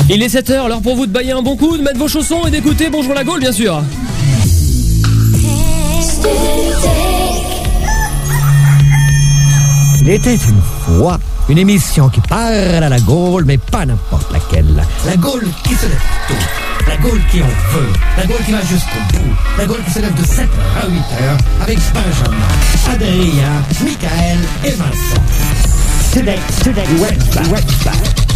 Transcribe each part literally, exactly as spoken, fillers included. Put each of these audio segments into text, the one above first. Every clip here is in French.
Il est sept heures, l'heure pour vous de bailler un bon coup, de mettre vos chaussons et d'écouter Bonjour la Gaule, bien sûr. Il était une fois une émission qui parle à la Gaule, mais pas n'importe laquelle. La Gaule qui se lève tôt, la Gaule qui en veut, la Gaule qui va jusqu'au bout, la Gaule qui se lève de sept heures à huit heures avec Benjamin, Adrien, Michael et Vincent. Today, today, we're back.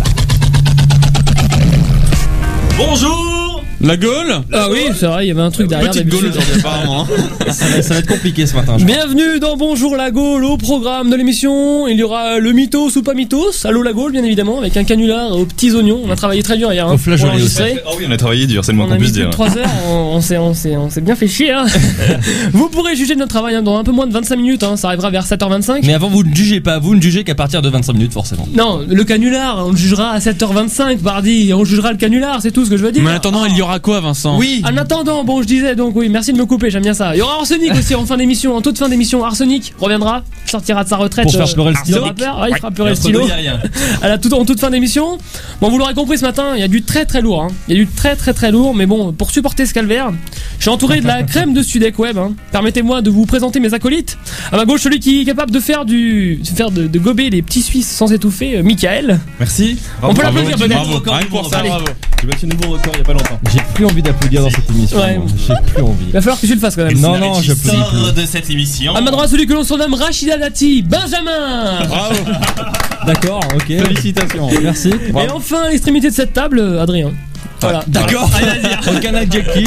Bonjour la Gaule. Ah oui, c'est vrai, il y avait un truc derrière. Petite Gaule aujourd'hui apparemment. ça, va, ça va être compliqué ce matin. Bienvenue dans Bonjour la Gaule. Au programme de l'émission, il y aura le mythos ou pas mythos. Allô la Gaule, bien évidemment, avec un canular aux petits oignons. On a travaillé très dur hier. Hein, au flageolet aussi. Ah oui, on a travaillé dur, c'est le moins qu'on puisse dire. On a mis plus de trois heures, on, on, s'est, on, s'est, on s'est bien fait chier. Hein. Vous pourrez juger de notre travail hein, dans un peu moins de vingt-cinq minutes. Hein, ça arrivera vers sept heures vingt-cinq. Mais avant, vous ne jugez pas. Vous ne jugez qu'à partir de vingt-cinq minutes, forcément. Non, le canular, on le jugera à sept heures vingt-cinq, mardi. On jugera le canular, c'est tout ce que je veux dire. Mais en attendant, il y aura quoi, Vincent? Oui. En attendant, bon, je disais donc, oui, merci de me couper, j'aime bien ça. Il y aura Arsenic aussi en fin d'émission, en toute fin d'émission. Arsenic reviendra, sortira de sa retraite. Pour faire pleurer le stylo. Rappeur, ouais, il fera pleurer le stylo. À la toute, en toute fin d'émission. Bon, vous l'aurez compris ce matin, il y a du très très lourd. Hein. Il y a du très très très lourd, mais bon, pour supporter ce calvaire, je suis entouré de la crème de Studec Web. Hein. Permettez-moi de vous présenter mes acolytes. À ma gauche, celui qui est capable de faire du, de faire de, de gober les petits Suisses sans étouffer, euh, Michael. Merci. On peut l'applaudir peut-être. Bravo, rien pour ça, bravo. J'ai battu un nouveau record il y a pas longtemps. J'ai plus envie d'applaudir dans cette émission. Ouais. J'ai plus envie. Il va falloir que tu le fasses quand même. Non, non, je sors de cette émission. À ma droite, celui que l'on surnomme Rachida Dati, Benjamin. Bravo. D'accord, ok. Félicitations. Merci. Et enfin, à l'extrémité de cette table, Adrien. Voilà. D'accord. Aucun adjectif.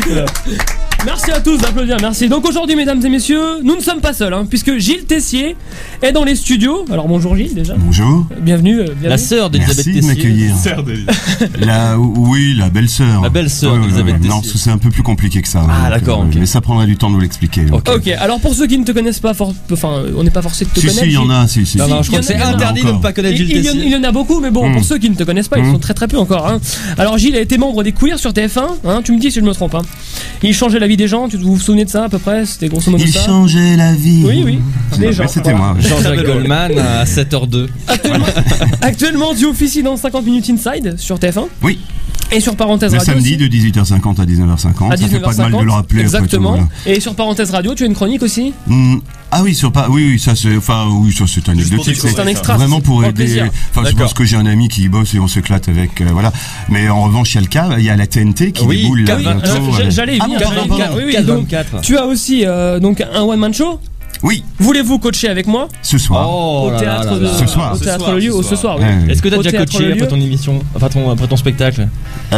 Merci à tous d'applaudir, merci. Donc aujourd'hui, mesdames et messieurs, nous ne sommes pas seuls, hein, puisque Gilles Tessier est dans les studios. Alors bonjour Gilles déjà. Bonjour. Bienvenue. Euh, bienvenue. La sœur d'Elisabeth Tessier. Merci de m'accueillir. Sœur de... La, oui, la belle-sœur. La belle-sœur ouais, d'Elisabeth ouais, ouais. Tessier. Non, c'est un peu plus compliqué que ça. Ah donc, d'accord, euh, ok. Mais ça prendrait du temps de vous l'expliquer. Ok. Ok, alors pour ceux qui ne te connaissent pas, for... enfin, on n'est pas forcé de te Si, connaître. si, il y en a, si, si. Non, non, je Il y crois en que a- c'est il y en a interdit de ne pas connaître Il, Gilles il y en, Tessier. il y en a beaucoup, mais bon, Mm. pour ceux qui ne te connaissent pas, ils Mm. sont très très peu encore. Hein. Alors Gilles a été membre des Queers sur T F un, hein, tu me dis si je me trompe. Hein. Il changeait la vie des gens, tu vous vous souvenez de ça à peu près? C'était grosso modo Il ça. changeait la vie. Oui, oui, des Ouais, gens. C'était Voilà. moi. Jean-Jacques Goldman à sept heures deux. Actuellement, actuellement, tu officies dans cinquante minutes Inside sur T F un Oui, et sur Parenthèse le Radio. samedi aussi. de dix-huit heures cinquante à dix-neuf heures cinquante. À Ça fait dix-neuf heures pas de mal de cinquante, le rappeler. après exactement. tout, Et sur Parenthèse Radio, tu as une chronique aussi. Hmm, Ah oui, sur pas. Oui, oui, ça c'est. Enfin, oui, ça c'est anecdotique. C'est un extra. Vraiment c'est pour le aider. plaisir. Enfin, c'est D'accord. parce que j'ai un ami qui y bosse et on s'éclate avec. euh, voilà. Mais en revanche, il y a le cas. Il y a la T N T qui Oui, déboule là K bientôt. Euh, ouais. J'allais y Ah venir. bon, pardon, pardon. Oui, oui, quatre donc, vingt-quatre. tu as aussi euh, donc un one man show. Oui, Voulez-vous coacher avec moi ce soir. Oh au là théâtre là de là. Ce soir. au Ce théâtre soir, le lieu ce ou ce soir. soir. Oui. Ouais. Est-ce que t'as Au déjà théâtre coaché Le après Lieu. ton émission, enfin ton, après ton spectacle?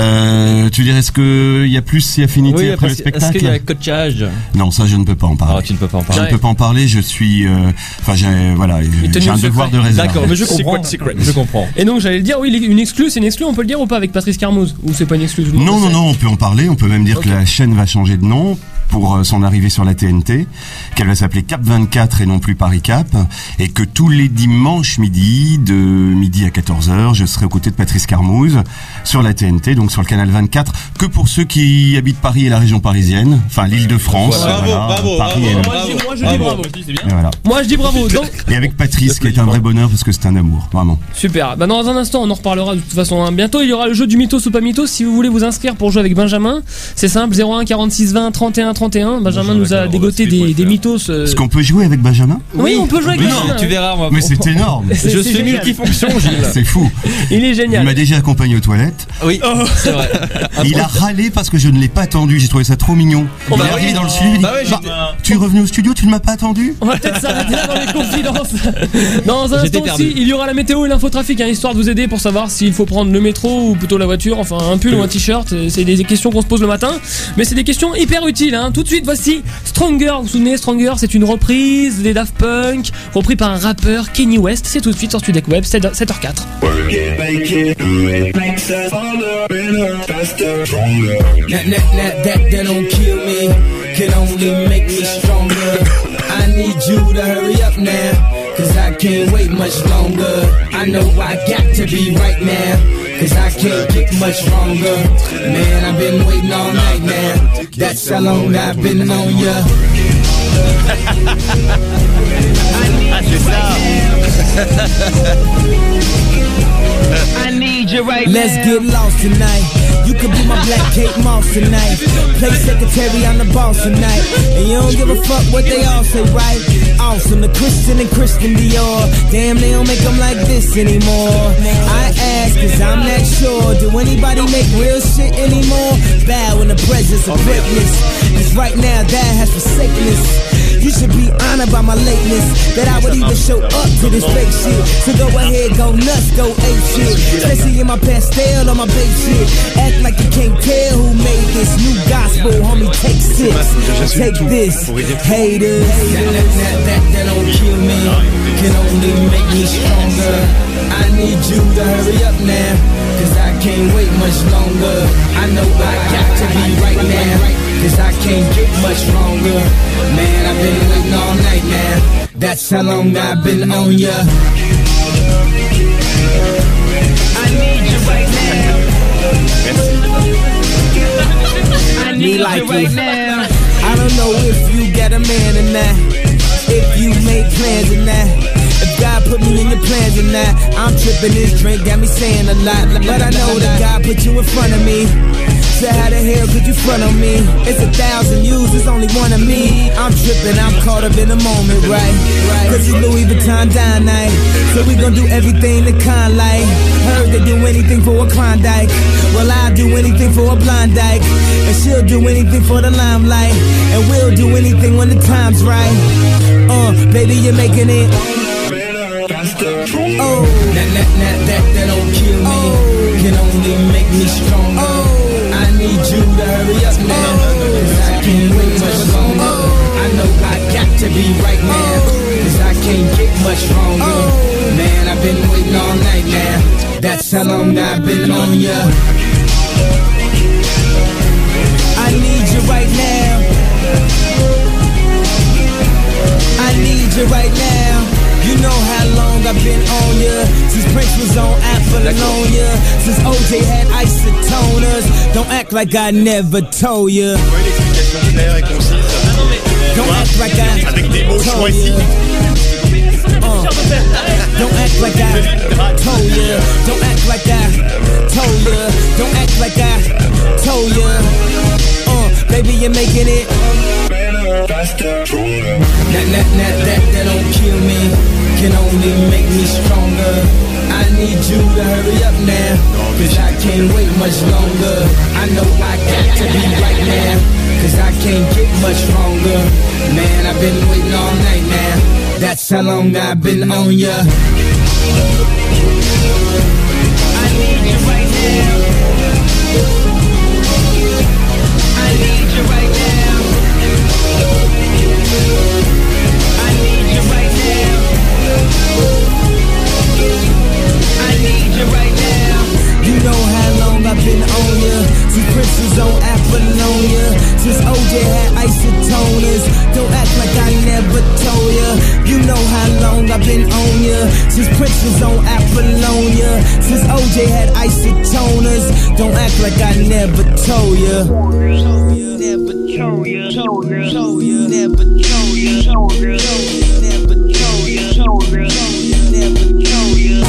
Euh, tu dirais, est-ce qu'il y a plus si affinité Oui, après le parce que- est-ce spectacle qu'il y a coachage? Non, ça je ne peux pas en Ah, parler. tu ne peux pas en Je parler. ne peux pas en parler. Je suis. euh, Enfin, j'ai voilà, tenu j'ai un au devoir secret. de réserve. D'accord, mais je comprends. Secret, secret. Je comprends. Et donc j'allais le dire, oui, une exclue, c'est une exclue, on peut le dire ou pas avec Patrice Carmouze? Ou c'est pas une exclue? tout le monde Non, le non, sait. non, on peut en parler. On peut même dire Ok. que la chaîne va changer de nom pour euh, son arrivée sur la T N T, qu'elle va s'appeler Cap vingt-quatre et non plus Paris Cap, et que tous les dimanches midi, de midi à quatorze heures, je serai aux côtés de Patrice Carmouze sur la T N T, donc sur le canal vingt-quatre, que pour ceux qui habitent Paris et la région parisienne, enfin l'île de France, Bravo, voilà, bravo, Paris bravo, et- Moi je dis, moi, je dis bravo. et voilà. Moi je dis bravo. Donc, Et avec Patrice, qui est un vrai bonheur parce que c'est un amour, vraiment. super. Bah dans un instant, on en reparlera de toute façon. Hein. Bientôt, il y aura le jeu du mythos ou pas mythos. Si vous voulez vous inscrire pour jouer avec Benjamin, c'est simple, zéro un quarante-six vingt trente et un trente et un. Benjamin nous a dégoté des, des mythos. euh, Est-ce qu'on peut jouer avec Benjamin? Oui, on peut jouer avec Mais Benjamin. non, tu verras, moi. Mais c'est énorme. C'est- Je c'est suis génial. multifonction, Gilles. C'est fou. Il est Il génial. m'a déjà accompagné aux toilettes. Oui, c'est vrai. Il a râlé parce que je ne l'ai pas attendu. J'ai trouvé ça trop mignon. Oh, il bah est arrivé oui. dans le studio. Il dit, Bah oui, Bah, j'étais- tu es revenu au studio, tu ne m'as pas attendu? On va peut-être s'arrêter là dans les confidences. Dans un J'étais instant perdu. aussi, il y aura la météo et l'infotrafic, hein, histoire de vous aider pour savoir s'il faut prendre le métro ou plutôt la voiture, enfin un pull ou un t-shirt. C'est des questions qu'on se pose le matin, mais c'est des questions hyper utiles. Hein. Tout de suite, voici Stronger. Vous vous souvenez, Stronger, c'est une reprise des Daft Punk, repris par un rappeur, Kanye West. C'est tout de suite sur Studec Web, sept heures quatre. Work it, make it, do it, makes us harder, better, faster, stronger. That, that, that, that, that don't kill me, can only make me stronger. I need you to hurry up now, cause I can't wait much longer. I know I got to be right now, cause I can't get much stronger. Man, I've been waiting all night now, that's how long I've been on ya. I need need you right Let's now. Get lost tonight. You could be my black Kate Moss tonight. Play secretary, I'm the boss tonight. And you don't give a fuck what they all say, right? Awesome, the Christian and Christian Dior. Damn, they don't make them like this anymore. I ask, cause I'm not sure. Do anybody make real shit anymore? Bow in the presence of greatness. Cause right now that has forsaken us. You should be honored by my lateness, that I would even show up to this fake shit. So go ahead, go nuts, go ape shit. Especially in my pastel on my babe shit. Act like you can't tell who made this new gospel, homie. Take six, take this, haters. That, that, that, that, that don't kill me, can only make me stronger. I need you to hurry up now, cause I can't wait much longer. I know I got to be right now, cause I can't get much longer. Man, I've been waiting all night now. That's how long I've been on ya. I need you right now. I need like you right now. I don't know if you got a man or not, if you made plans or not. If God put me in your plans or not. I'm tripping, this drink got me saying a lot, but I know that God put you in front of me. So how the hell could you front on me? It's a thousand yous, it's only one of me. I'm tripping, I'm caught up in the moment, right? Cause it's Louis Vuitton dine night, so we gon' do everything the kind like. Heard they do anything for a Klondike. Well, I'll do anything for a blind dyke, and she'll do anything for the limelight, and we'll do anything when the time's right. Uh, baby, you're making it. Oh, that, that, that, that, that don't kill me, oh, can only make me stronger. Oh, I need you to hurry up now, cause I can't wait much longer. Oh, I know I got to be right now, cause I can't get much longer. Oh, man, I've been waiting all night now. That's how long I've been on ya. I need you right now. I need you right now. You know how long I've been on ya, since Prince was on Apollonia, since O J had isotoners. Don't act like I never told ya. Don't act like I told ya. Uh, don't act like I told ya. Don't act like I told ya. Don't act like I told ya. Uh, baby, you're making it. That, that, that, that, that don't kill me, can only make me stronger. I need you to hurry up now, cause I can't wait much longer. I know I got to be right now, cause I can't get much longer. Man, I've been waiting all night now. That's how long I've been on ya. I need you right now. I need you right now. I need you right now. I need you right now. You know how long I've been on ya, since Prince was on Apollonia, since O J had isotoners. Don't act like I never told ya. You know how long I've been on ya, since Prince was on Apollonia, since O J had isotoners. Don't act like I never told ya. Never told ya. Told ya. Told ya. Never told ya. Told ya. Never told ya. Told ya. Never told ya.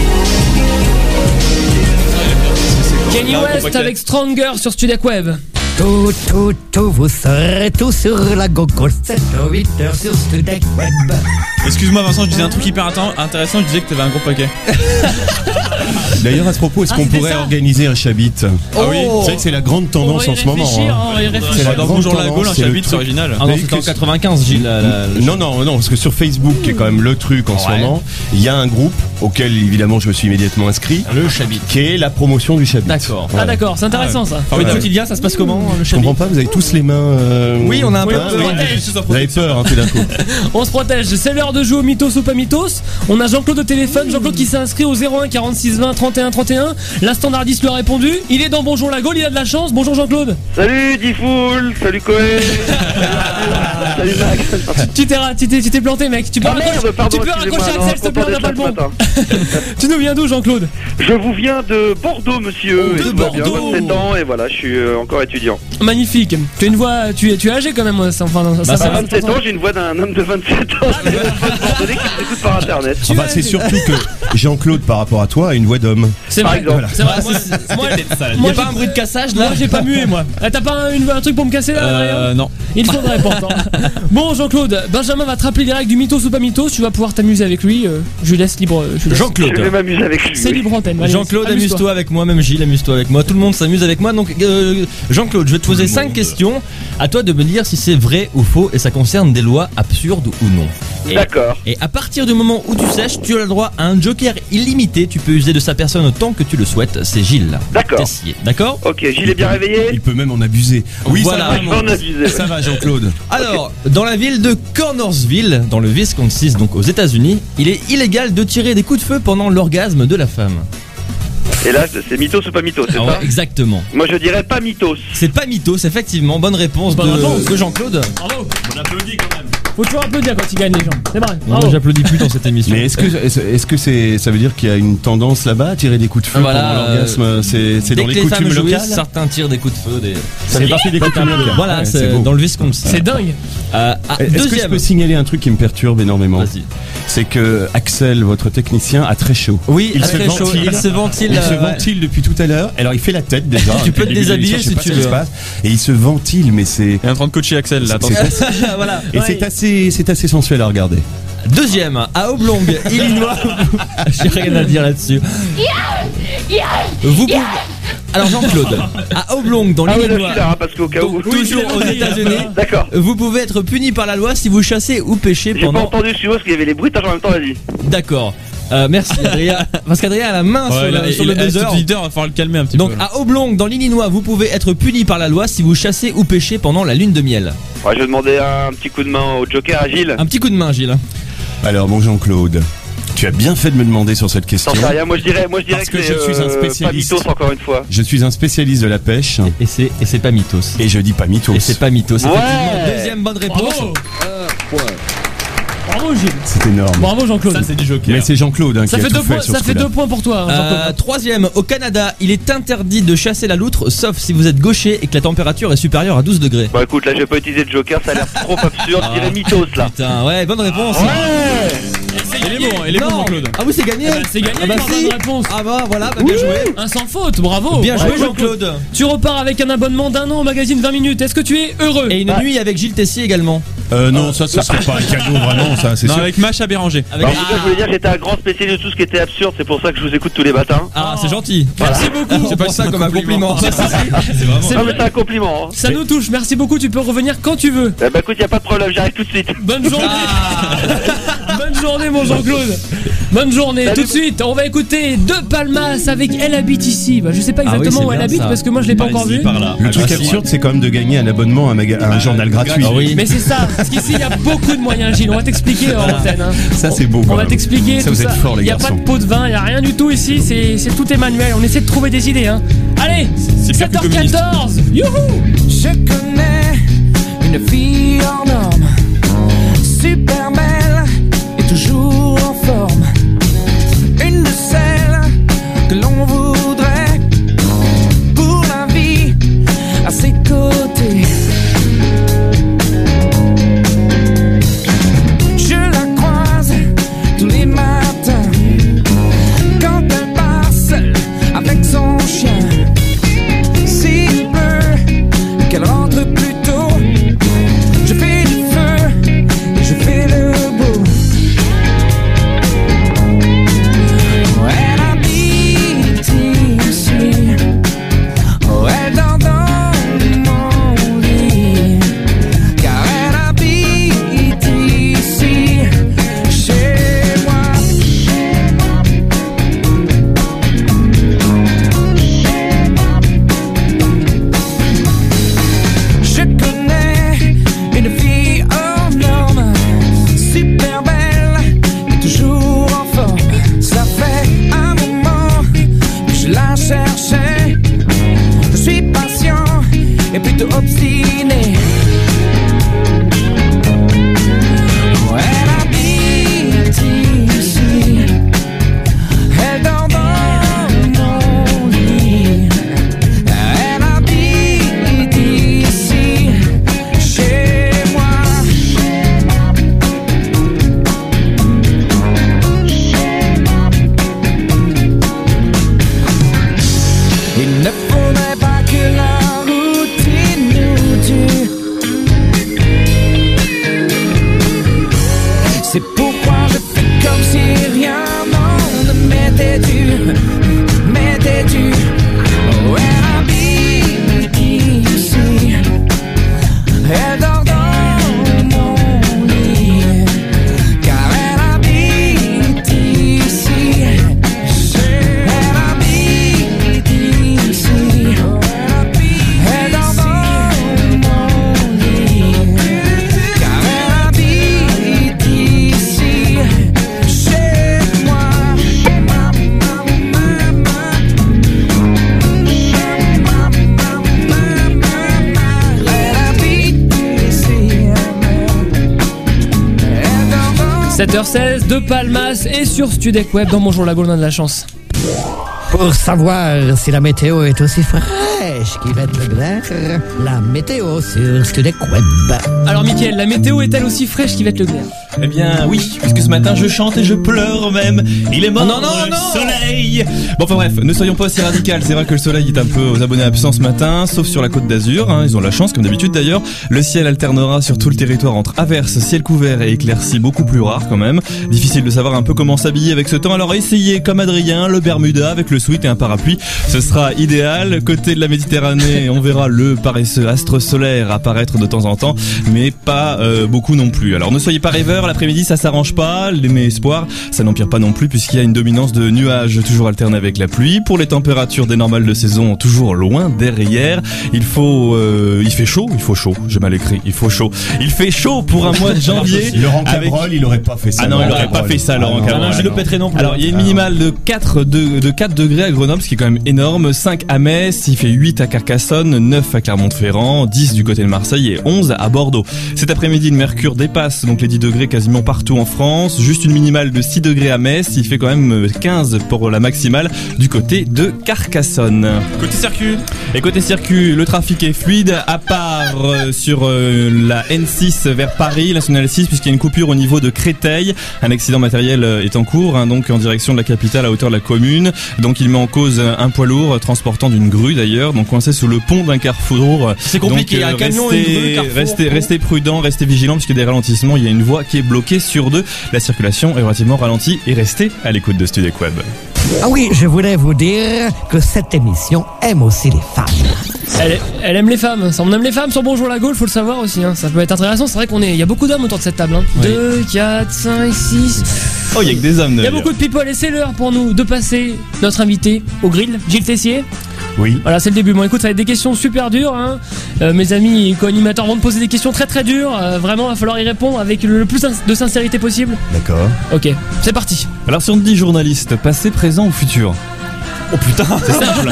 Kanye West avec Stronger sur Studio Web. tout, tout, tout, vous serez tous sur la Gogol, sept ou huit heures sur Studek Web. Excuse-moi Vincent, je disais un truc hyper intéressant, je disais que t'avais un gros paquet. D'ailleurs, à ce propos, est-ce Ah, qu'on c'était pourrait ça organiser un chabit? Ah oui. C'est vrai que c'est la grande tendance On en va y ce moment. réfléchir, hein. hein, on va y réfléchir. C'est la Dans grande Bonjour la tendance, Gaule, un c'est le chabit, c'est truc. original. Ah non, Mais c'était en que- quatre-vingt-quinze, Gilles. la- la- le Non, non, non, parce que sur Facebook, qui est quand même le truc en ce Ouais. moment, il y a un groupe auquel évidemment je me suis immédiatement inscrit, Le chabit. qui est la promotion du chabit. D'accord. Ah Voilà. d'accord, c'est intéressant ça. Oui, quotidien, ça se passe comment, le Je chabit? comprends pas, vous avez tous les mains. euh, Oui, on a un Oui, peu. on se protège. Vous avez peur hein, tout d'un coup. On se protège, c'est l'heure de jouer au mythos ou pas mythos. On a Jean-Claude au téléphone, Jean-Claude qui s'est inscrit au zéro un quarante-six vingt trente et un trente et un. La standardiste lui a répondu, il est dans Bonjour la Gaule, il a de la chance. Bonjour Jean-Claude. Salut Diffoul, salut Coé, salut Max. Tu t'es ra- tu t'es tu t'es planté mec, tu peux, Ah raccrocher- merde, pardon, tu peux excusez-moi, raccrocher non, Axel s'il te plaît, on n'a pas le content bon. d'être là ce matin. Tu nous viens d'où Jean-Claude? Je vous viens de Bordeaux, monsieur. Oh, et de tout va bien, Bordeaux. vingt-sept ans et voilà, je suis euh, encore étudiant. Magnifique, tu as une voix, tu es, tu es âgé quand même, ça, enfin, ça, Bah, ça À va, vingt-sept ça va. ans, j'ai une voix d'un homme de vingt-sept ans. C'est le pote bordelais qui m'écoute par internet. Tu Enfin, as- c'est surtout que Jean-Claude, par rapport à toi, a une voix d'homme. C'est Par vrai, exemple. c'est vrai. Moi, moi, Il y moi, a pas j'ai- un bruit de cassage moi là? j'ai pas mué moi. Ah, t'as pas un, une- un truc pour me casser là Euh, Adrien non. Il faudrait pourtant. Bon Jean-Claude, Benjamin va te rappeler les règles du mythos ou pas mythos, tu vas pouvoir t'amuser avec lui, euh, je lui laisse libre. Je lui laisse- Je Jean-Claude. vais m'amuser avec lui. C'est oui. libre antenne. Allez, Jean-Claude, amuse-toi. amuse-toi avec moi, même Gilles, amuse-toi avec moi. Tout le monde s'amuse avec moi. Donc, euh, Jean-Claude, je vais te poser cinq questions. À toi de me dire si c'est vrai ou faux et ça concerne des lois absurdes ou non. Et, D'accord. et à partir du moment où tu sèches, tu as le droit à un joker illimité. Tu peux user de sa personne autant que tu le souhaites. C'est Gilles. D'accord. Tessier. D'accord? Ok, Gilles est bien réveillé. Il peut même en abuser. Oui, Voilà. ça va. Je vais en abuser. Ça va, Jean-Claude. Alors, dans la ville de Cornersville, dans le Wisconsin, donc aux États-Unis, il est illégal de tirer des coups de feu pendant l'orgasme de la femme. Et là, c'est mythos ou pas mythos, c'est Ah ouais, ça? exactement. Moi, je dirais pas mythos. C'est pas mythos, effectivement. Bonne réponse Bonne de, réponse. de Jean-Claude. Bravo. On applaudit quand même. Faut toujours applaudir quand il gagne les gens. C'est vrai. Moi, Bravo. j'applaudis plus dans cette émission. Mais est-ce que est-ce est-ce que c'est ça veut dire qu'il y a une tendance là-bas à tirer des coups de feu Voilà, pendant l'orgasme? C'est c'est Dès dans que les les femmes coutumes jouissent, locales. certains tirent des coups de feu. Des... Ça fait partie des coutumes locales. Voilà, Ouais, c'est c'est beau. dans le Wisconsin. C'est dingue. Euh, ah, Est-ce que je deuxième. peux signaler un truc qui me perturbe énormément? Vas-y. C'est que Axel, votre technicien, a très chaud. Oui, Il il se très chaud. ventile. Il se ventile. Il se euh, ouais. ventile depuis tout à l'heure. Alors il fait la tête déjà. Tu Depuis peux le te début de déshabiller l'émission, je sais si pas tu ce qui veux. se passe. Et il se ventile, mais c'est Il est en train de coacher Axel là. c'est- attention. c'est- voilà. et Ouais. c'est assez c'est assez sensuel à regarder. Deuxième, à Oblong, Illinois. J'ai rien à dire là-dessus. Vous pouvez. Alors Jean-Claude, à Oblong, dans Ah ouais, là, je l'Illinois, suis là, hein, parce qu'au cas où. toujours aux États-Unis, D'accord. vous pouvez être puni par la loi si vous chassez ou pêchez J'ai pas pendant. entendu sur parce qu'il y avait les bruitages en même temps, vas-y. D'accord. Euh, merci Adrien. Parce qu'Adrien a la main sur Ouais, le, là, sur il- le il- buzzer. tout leader, va falloir le calmer un petit Donc peu. là. à Oblong, dans l'Illinois, vous pouvez être puni par la loi si vous chassez ou pêchez pendant la lune de miel. Ouais, je vais demander un petit coup de main au Joker à Gilles. Un petit coup de main, Gilles. Alors mon Jean-Claude, tu as bien fait de me demander sur cette question. T'en sais rien, moi je dirais, moi je dirais Parce que, que c'est je suis un euh, spécialiste. pas mythos encore une fois. Je suis un spécialiste de la pêche Et c'est et c'est pas mythos. et je dis pas mythos. Et c'est pas mythos. Ouais. Effectivement, deuxième bonne réponse. Bravo. Bravo Gilles. C'est énorme. Bravo Jean-Claude. Ça c'est du joker. Mais c'est Jean-Claude hein, Ça qui fait a deux tout fait points, sur ça ce fait coup-là. deux points pour toi, hein, Euh, Jean-Claude. troisième, au Canada, il est interdit de chasser la loutre sauf si vous êtes gaucher et que la température est supérieure à douze degrés. Bon écoute, là je vais pas utiliser de Joker, ça a l'air trop absurde, je dirais mythos là. Putain, ouais, bonne réponse. Il est bon, il est bon Non. Jean-Claude. Ah oui, c'est gagné. Eh ben, c'est gagné, Ah bah par si. bonne réponse. Ah bah voilà, bah, bien joué. Un sans faute, bravo. Bien joué Bravo, Jean-Claude. Tu repars avec un abonnement d'un an au magazine vingt minutes. Est-ce que tu es heureux? Et une nuit avec Gilles Tessier également. Euh, non, ça, ça serait pas un cadeau vraiment, ça, c'est Non, sûr. avec Macha Béranger. Avec... Bah, en tout cas, je voulais dire, j'étais un grand spécialiste de tout ce qui était absurde, c'est pour ça que je vous écoute tous les matins. Ah, c'est gentil. Merci beaucoup. C'est pas ça comme un compliment. C'est vraiment. C'est Non, mais vrai. c'est un compliment. Hein. Ça nous touche. Merci beaucoup. Tu peux revenir quand tu veux. Eh bah écoute, y a pas de problème, j'arrive tout de suite. Bonne journée. Ah. Bonne journée, mon Jean-Claude. Bonne journée. Salut. Tout de suite, on va écouter De Palmas avec Elle habite ici. Bah, je sais pas Ah oui, exactement c'est où elle bien habite ça. parce que moi je l'ai pas Par encore ici, vue. par là. Le truc Ah, absurde, c'est quand même de gagner un abonnement à un, maga- à un journal gratuit. Ah oui. Mais c'est ça, parce qu'ici il y a beaucoup de moyens, Gilles. On va t'expliquer en antenne. hein. Ça, c'est beau. On quand va même. t'expliquer Ça, tout vous êtes ça. forts, les Il n'y a pas garçons. de pot de vin, il n'y a rien du tout ici. C'est c'est tout Emmanuel. On essaie de trouver des idées. Hein. Allez, C'est pire sept que heures communiste. quatorze. Youhou. Je connais une fille hors norme, super belle et toujours en forme. Une de celles que l'on voudrait pour la vie à ses côtés. Je la croise tous les matins quand elle passe seule avec son chien. S'il pleut, C'est pourquoi je fais comme si rien non ne m'était dû, m'était dû. Oh, elle habite ici, elle dort dans mon lit, car elle habite ici. Elle habite ici, elle dort dans mon lit, car elle habite ici, chez moi. Elle habite ici, elle dort dans sept heures seize de Palmas et sur Studek Web dans Bonjour la Gaule, on a de la chance. Pour savoir si la météo est aussi fraîche qu'Yvette Leclerc, la météo sur Studek Web. Alors Mickaël, la météo est-elle aussi fraîche qu'Yvette Leclerc? Eh bien oui, puisque ce matin je chante et je pleure même. Il est mort, non, non, le non. soleil. Bon enfin bref, ne soyons pas aussi radicales. C'est vrai que le soleil est un peu aux abonnés absents ce matin, sauf sur la côte d'Azur, hein. Ils ont la chance comme d'habitude d'ailleurs. Le ciel alternera sur tout le territoire entre averses, ciel couvert et éclaircies beaucoup plus rares quand même. Difficile de savoir un peu comment s'habiller avec ce temps, alors essayez comme Adrien, le Bermuda avec le sweat et un parapluie, ce sera idéal. Côté de la Méditerranée, on verra le paresseux astre solaire apparaître de temps en temps, mais pas euh, beaucoup non plus. Alors ne soyez pas rêveurs, l'après-midi ça s'arrange pas, mes espoirs, ça n'empire pas non plus puisqu'il y a une dominance de nuages toujours alternés avec la pluie. Pour les températures des normales de saison, toujours loin derrière. Il faut, euh, il fait chaud, il faut chaud, j'ai mal écrit, il faut chaud. Il fait chaud pour un mois de janvier. Laurent avec- Cabrol, il aurait pas fait ça. Ah non, il Laurent aurait pas Cabrol. fait ça, Ah Laurent non, Cabrol. non, je le non. pèterai non plus. Alors il y a une minimale de quatre, de, de quatre degrés à Grenoble, ce qui est quand même énorme, cinq à Metz, il fait huit à Carcassonne, neuf à Clermont-Ferrand, dix du côté de Marseille et onze à Bordeaux. Cet après-midi, le mercure dépasse donc les dix degrés quasiment partout en France, juste une minimale de six degrés à Metz, il fait quand même quinze pour la maximale du côté de Carcassonne. Côté circuit. Et côté circuit, le trafic est fluide, à part euh, sur euh, la N six vers Paris, la nationale six, puisqu'il y a une coupure au niveau de Créteil. Un accident matériel euh, est en cours, hein, donc en direction de la capitale à hauteur de la commune. Donc il met en cause un poids lourd euh, transportant d'une grue d'ailleurs, donc coincé sous le pont d'un carrefour. C'est compliqué, Donc, euh, un camion, restez, une grue, carrefour, restez, pont. restez prudent, restez vigilant, puisque des ralentissements, il y a une voie qui est bloquée sur deux. La circulation est relativement ralentie et restez à l'écoute de Studek Web. Ah oui, je voulais vous dire que cette émission aime aussi les femmes. Elle, elle aime les femmes, ça, on aime les femmes sur Bonjour la Gaule, faut le savoir aussi, hein. Ça peut être intéressant, c'est vrai qu'on est, il y a beaucoup d'hommes autour de cette table, hein. Oui. deux, quatre, cinq, six. Oh, il y a que des hommes. Il y a beaucoup de people et c'est l'heure pour nous de passer notre invité au grill, Gilles Tessier. Oui. Voilà, c'est le début. Bon, écoute, ça va être des questions super dures, hein. Euh, mes amis co-animateurs vont te poser des questions très très dures. Euh, vraiment, il va falloir y répondre avec le plus de sincérité possible. D'accord. Ok, c'est parti. Alors si on te dit journaliste, passé, présent ou futur? Oh putain, c'est simple.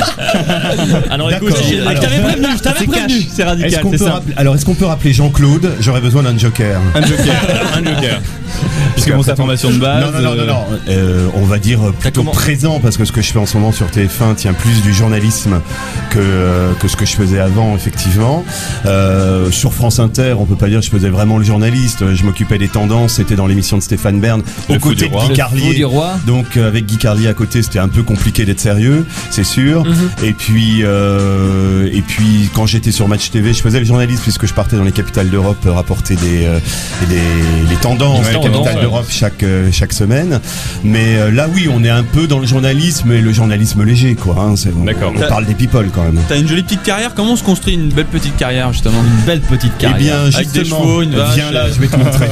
Alors D'accord. écoute, Je Alors, t'avais prévenu, je t'avais C'est prévenu. cash, c'est Est-ce radical, qu'on c'est peut simple. rappeler, alors, est-ce qu'on peut rappeler Jean-Claude? J'aurais besoin d'un joker. Un joker, un joker. Puisque bon, sa formation de base. Non, non, non, non, euh, non. Euh, on va dire plutôt comment- présent, parce que ce que je fais en ce moment sur T F un tient plus du journalisme que, euh, que ce que je faisais avant, effectivement. Euh, sur France Inter, on peut pas dire que je faisais vraiment le journaliste. Je m'occupais des tendances, c'était dans l'émission de Stéphane Bern, Le aux fou côtés du de roi. Guy Le Carlier. fou du roi. Donc euh, avec Guy Carlier à côté, c'était un peu compliqué d'être sérieux, c'est sûr. Mhm. Et puis, euh, et puis quand j'étais sur Match T V, je faisais le journaliste puisque je partais dans les capitales d'Europe euh, rapporter des, euh, des les tendances Ouais, des tendances, capitales ouais. d'Europe chaque euh, chaque semaine. Mais euh, là, oui, on est un peu dans le journalisme, et le journalisme léger, quoi. Hein, c'est, on, D'accord. on parle des people quand même. t'as une jolie petite carrière. Comment on se construit une belle petite carrière justement? Une belle petite carrière. Eh bien, Avec des justement, chevaux, une vache, viens là, euh. je vais te montrer.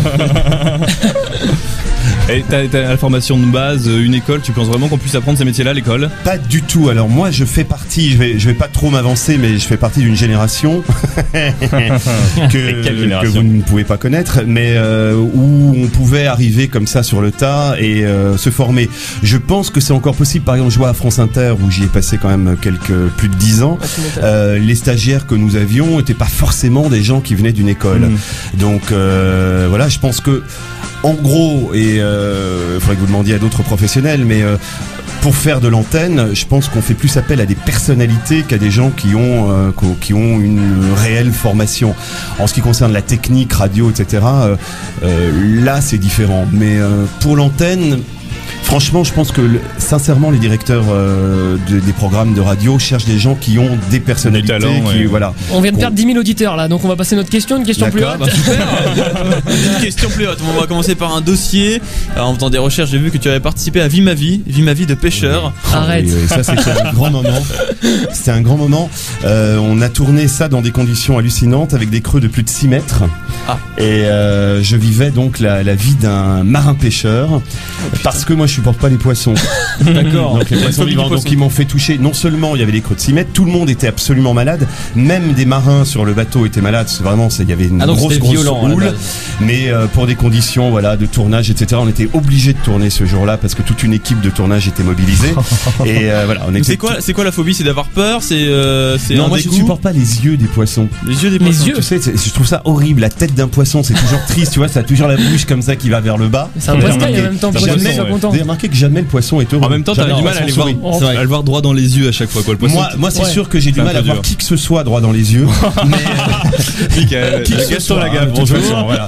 Et t'as, t'as la formation de base, une école, tu penses vraiment qu'on puisse apprendre ces métiers-là à l'école? Pas du tout. Alors moi, je fais partie, je vais, je vais pas trop m'avancer, mais je fais partie d'une génération que, Quelle génération que vous ne pouvez pas connaître, mais euh, où on pouvait arriver comme ça sur le tas et euh, se former. Je pense que c'est encore possible. Par exemple, je vois à France Inter, où j'y ai passé quand même quelques plus de dix ans. Euh, les stagiaires que nous avions n'étaient pas forcément des gens qui venaient d'une école. Mmh. Donc euh, voilà, je pense que en gros, et il euh, faudrait que vous demandiez à d'autres professionnels, mais euh, pour faire de l'antenne, je pense qu'on fait plus appel à des personnalités qu'à des gens qui ont euh, qui ont une réelle formation. En ce qui concerne la technique, radio, et cetera, euh, euh, là c'est différent. Mais euh, pour l'antenne, Franchement, je pense que le, sincèrement, les directeurs euh, de, des programmes de radio cherchent des gens qui ont des personnalités, Des talents, qui ouais. voilà. On vient de Qu'on- perdre dix mille auditeurs là, donc on va passer notre question, une question plus D'accord, haute. Bah, super. Une question plus haute. On va commencer par un dossier. Alors, en faisant des recherches, j'ai vu que tu avais participé à Vie ma vie, Vie ma vie de pêcheur. Arrête. Oui, oui, ça c'était un grand moment. C'était un grand moment. Euh, on a tourné ça dans des conditions hallucinantes avec des creux de plus de six mètres. Ah. Et euh, je vivais donc la, la vie d'un marin pêcheur parce que moi je supporte pas les poissons. D'accord. Donc les poissons vivants, donc ils m'ont fait toucher. Non seulement il y avait les creux de six mètres, tout le monde était absolument malade. Même des marins sur le bateau étaient malades. C'est vraiment, c'est- il y avait une Ah, donc grosse c'était grosse violent, à la houle. base. Mais euh, pour des conditions voilà de tournage, et cetera. On était obligé de tourner ce jour-là parce que toute une équipe de tournage était mobilisée. Et euh, voilà, on Donc, était. C'est quoi, c'est quoi la phobie? C'est d'avoir peur? C'est, euh, c'est Non, un moi je dégoût? supporte pas les yeux des poissons. Les yeux des Les poissons. yeux. Tu sais, c'est- je trouve ça horrible. La tête d'un poisson, c'est toujours triste. Tu vois, ça a toujours la bouche comme ça qui va vers le bas. C'est un Vous avez poisson en remarqué- même temps, T'as faut jamais- jamais être content. Vous avez remarqué que jamais le poisson est heureux. En même temps, t'as Jamais du le mal à poisson les voir, sourit. à le voir droit dans les yeux à chaque fois, quoi. Le poisson. Moi, moi c'est Ouais. sûr que j'ai du C'est un mal peu à voir dur. qui que ce soit droit dans les yeux. Mais euh, Michael, qui que ce Gaston soit, Lagaffe, de toute bonjour. façon, voilà.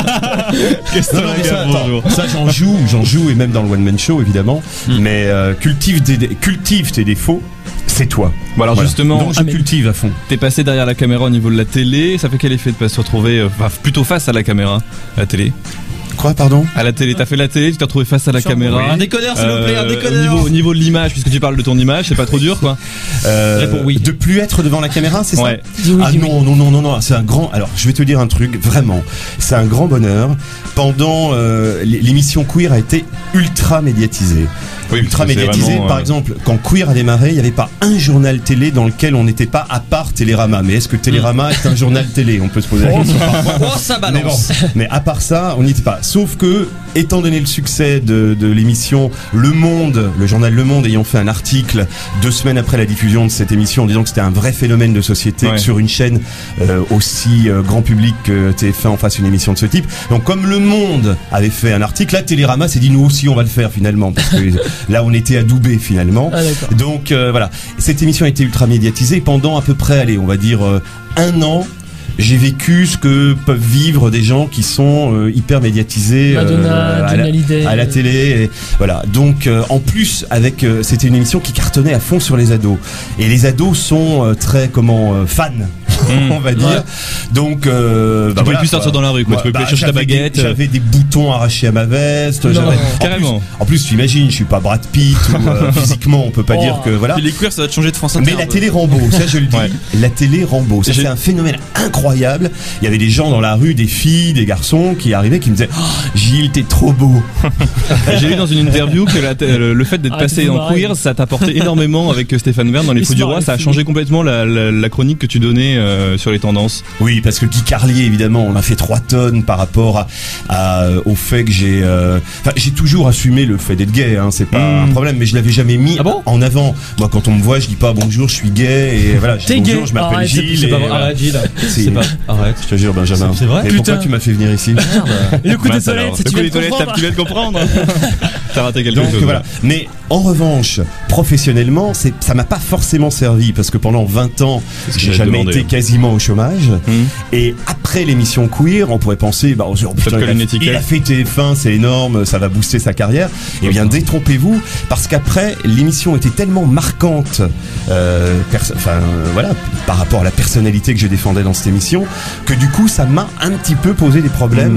Gaston Non, non, mais ça, Lagaffe, attends, bonjour. ça j'en joue, j'en joue et même dans le one man show évidemment. Mais euh, cultive, des, des- cultive tes défauts, c'est toi. Bon, alors Voilà. justement, Donc je ah, mais cultive à fond. t'es passé derrière la caméra au niveau de la télé. Ça fait quel effet de pas se retrouver euh, enfin, plutôt face à la caméra, à la télé? Quoi, pardon? À la télé, t'as fait la télé, tu t'es retrouvé face à la Sur- caméra. Un déconneur, s'il vous plaît, un Euh, déconneur. Au niveau, au niveau de l'image, puisque tu parles de ton image, c'est pas trop dur, quoi. Euh, Réponds oui. De plus être devant la caméra, c'est Ouais. Dis oui, ça? Ah dis oui. non, non, non, non, non, c'est un grand. Alors, je vais te dire un truc, vraiment, c'est un grand bonheur. Pendant euh, l'émission Queer a été ultra médiatisée. Oui, ultra parce que c'est médiatisée. vraiment, Par euh, exemple, quand Queer a démarré, il n'y avait pas un journal télé dans lequel on n'était pas à part Télérama. Mais est-ce que Télérama est un journal télé? On peut se poser la question parfois. Oh, ça Mais, bon, balance. mais à part ça, on n'y était pas. Sauf que, étant donné le succès de, de l'émission Le Monde, le journal Le Monde ayant fait un article deux semaines après la diffusion de cette émission en disant que c'était un vrai phénomène de société, Ouais. que sur une chaîne euh, aussi euh, grand public que T F un en fasse une émission de ce type. Donc comme Le Monde avait fait un article, là Télérama s'est dit nous aussi on va le faire finalement, parce que là on était adoubés finalement. Ah, d'accord. Donc euh, voilà, cette émission a été ultra médiatisée pendant à peu près, allez, on va dire euh, un an. J'ai vécu ce que peuvent vivre des gens qui sont euh, hyper médiatisés Madonna, euh, à, Johnny la, Hallyday. à la télé. Et voilà. Donc euh, en plus, avec euh, c'était une émission qui cartonnait à fond sur les ados. Et les ados sont euh, très comment euh, fans. On va dire. Ouais. Donc, euh, Tu bah pouvais voilà, plus sortir quoi. dans la rue, quoi. Ouais, Tu pouvais bah, plus chercher ta j'avais des- baguette. J'avais des boutons arrachés à ma veste. Non, j'avais- en carrément. plus- En plus, tu imagines, je suis pas Brad Pitt ou euh, physiquement, on peut pas Oh. dire que voilà. Puis les queers, ça va te changer de France Inter. Mais la télé Rambo, ça je le dis, Ouais. la télé Rambo, ça J'ai- c'est un phénomène incroyable. Il y avait des gens dans la rue, des filles, des garçons qui arrivaient, qui me disaient oh, Gilles, t'es trop beau. J'ai lu dans une interview que la t- le, le fait d'être Arrête passé de vous en marrer. queer, ça t'a apporté énormément avec euh, Stéphane Verne dans Les Il Fous se du marre, Roi. les Ça a fous. changé complètement la, la, la chronique que tu donnais euh, sur les tendances. Oui, parce que Guy Carlier, évidemment, on a fait trois tonnes par rapport à, à, euh, au fait que j'ai, euh, enfin, j'ai toujours assumé le fait d'être gay, hein, c'est pas Mm. un problème, mais je l'avais jamais mis Ah bon en avant. Moi, quand on me voit, je dis pas bonjour, je suis gay, et voilà, je dis T'es bonjour, gay. je m'appelle Arrête, Gilles. C'est et pas vrai. voilà. Arrête, Gilles. Si. C'est pas. Arrête. Je te jure, Benjamin. C'est- c'est vrai Mais Putain. pourquoi tu m'as fait venir ici? Le coup des Mince, toilettes, alors. si Le tu coup viens des de toilettes, comprendre. tu viens de comprendre. T'as raté quelque Donc chose. voilà. Mais en revanche, professionnellement, c'est, ça m'a pas forcément servi parce que pendant vingt ans, C'est ce que j'ai j'allais jamais demander. été quasiment au chômage. Hum. Et après l'émission Queer, on pourrait penser, bah, oh, putain, colle il, a, une étiquette. il a fait T F un, c'est énorme, ça va booster sa carrière. Eh bien, détrompez-vous, parce qu'après, l'émission était tellement marquante, euh, pers- enfin, euh, voilà, par rapport à la personnalité que je défendais dans cette émission, que du coup, ça m'a un petit peu posé des problèmes Hum.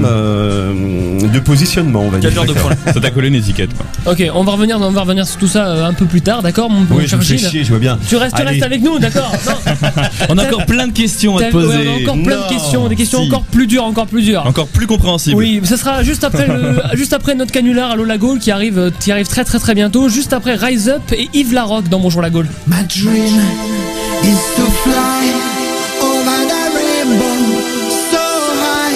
euh, de positionnement, on va dire. Quel genre de problème? Ça t'a collé une étiquette, quoi. Ok, on va revenir, on va revenir sur tout ça euh, un peu plus tard, d'accord, mon, mon Oui, je cher me fais Gilles. chier, je vois bien. Tu restes, tu Allez. restes avec nous, d'accord. Non, On a encore plein de questions à t'as- te ouais, poser. on a encore plein Non, de questions, des questions si. encore plus dures, encore plus dures. Encore plus compréhensible. Oui, ce sera juste après le, juste après notre canular à Lola Gaule qui arrive, euh, qui arrive très très très bientôt, juste après Rise Up et Yves Larocque dans Bonjour la Gaule. My dream is to fly over the rainbow so high.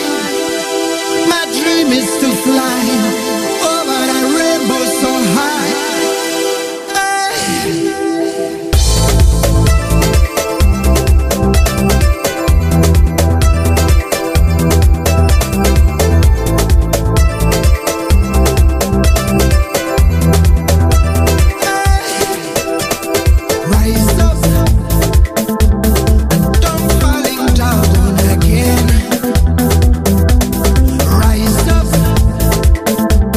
My dream is to fly over the rainbow so high. Hey. Rise up and don't falling down again. Rise up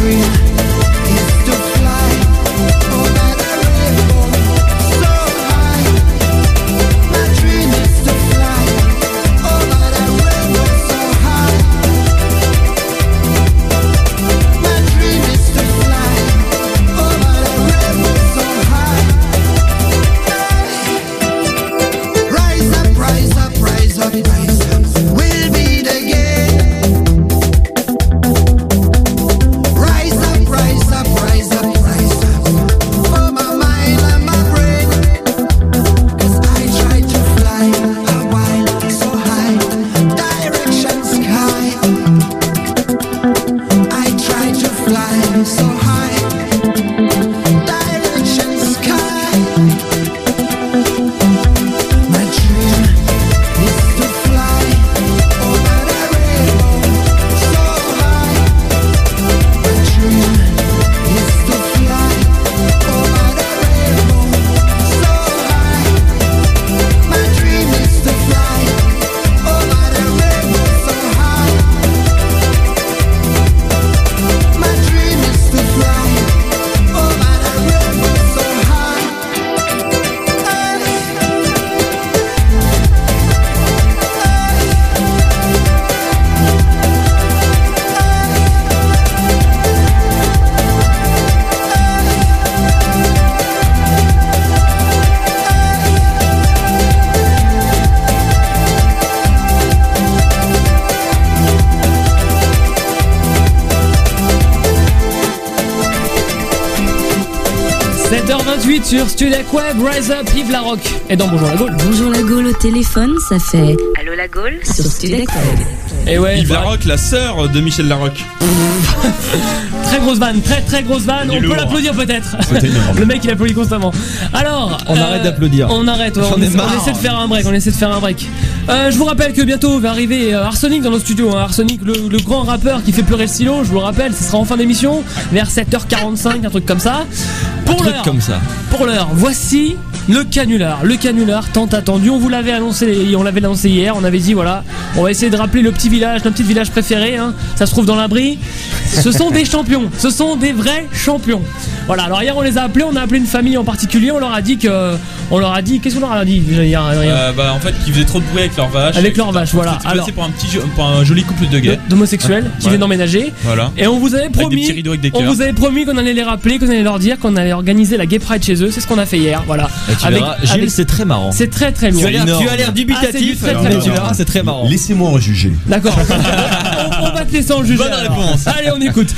sept heures vingt-huit sur Studek Web, Rise Up, Yves Larocque. Et dans Bonjour la Gaule. Bonjour la Gaule au téléphone, ça fait Allô la Gaule sur Studek Web. Et ouais, Yves Larocque, la sœur de Michel Larocque. Très grosse vanne, très très grosse vanne. On peut l'applaudir peut-être. Le mec il applaudit constamment. Alors, on euh, arrête d'applaudir. On arrête, ouais, on, essa- on essaie de faire un break, on essaie de faire un break. Euh, je vous rappelle que bientôt va arriver euh, Arsenic dans nos studios. Hein. Arsenic, le, le grand rappeur qui fait pleurer le stylo. Je vous le rappelle, ce sera en fin d'émission, vers sept heures quarante-cinq, un truc comme ça. Pour un truc l'heure, comme ça. Pour l'heure, voici le canular. Le canular tant attendu. On vous l'avait annoncé, on l'avait annoncé hier. On avait dit voilà, on va essayer de rappeler le petit village, notre petit village préféré. Hein. Ça se trouve dans l'abri. Ce sont des champions. Ce sont des vrais champions. Voilà. Alors hier on les a appelés. On a appelé une famille en particulier. On leur a dit que, on leur a dit, qu'est-ce qu'on leur a dit hier, euh, Bah en fait, qu'ils faisaient trop de bruit avec leurs vaches. Avec leurs vaches, voilà. Alors, c'est pour un petit, pour un joli couple de gays, d'homosexuels ouais. qui Ouais. viennent d'emménager. Voilà. Et on vous avait promis, avec des petits rideaux avec des on cœurs. vous avait promis qu'on allait les rappeler, qu'on allait leur dire qu'on allait organiser la Gay Pride chez eux. C'est ce qu'on a fait hier, voilà. Et tu avec, verras, Gilles, avec... c'est très marrant. C'est très très lourd. Tu as l'air, tu as l'air dubitatif, ah, mais tu verras, c'est très marrant. Laissez-moi en juger. D'accord. on, on va te laisser en juger. Bonne alors. réponse. Allez, on écoute.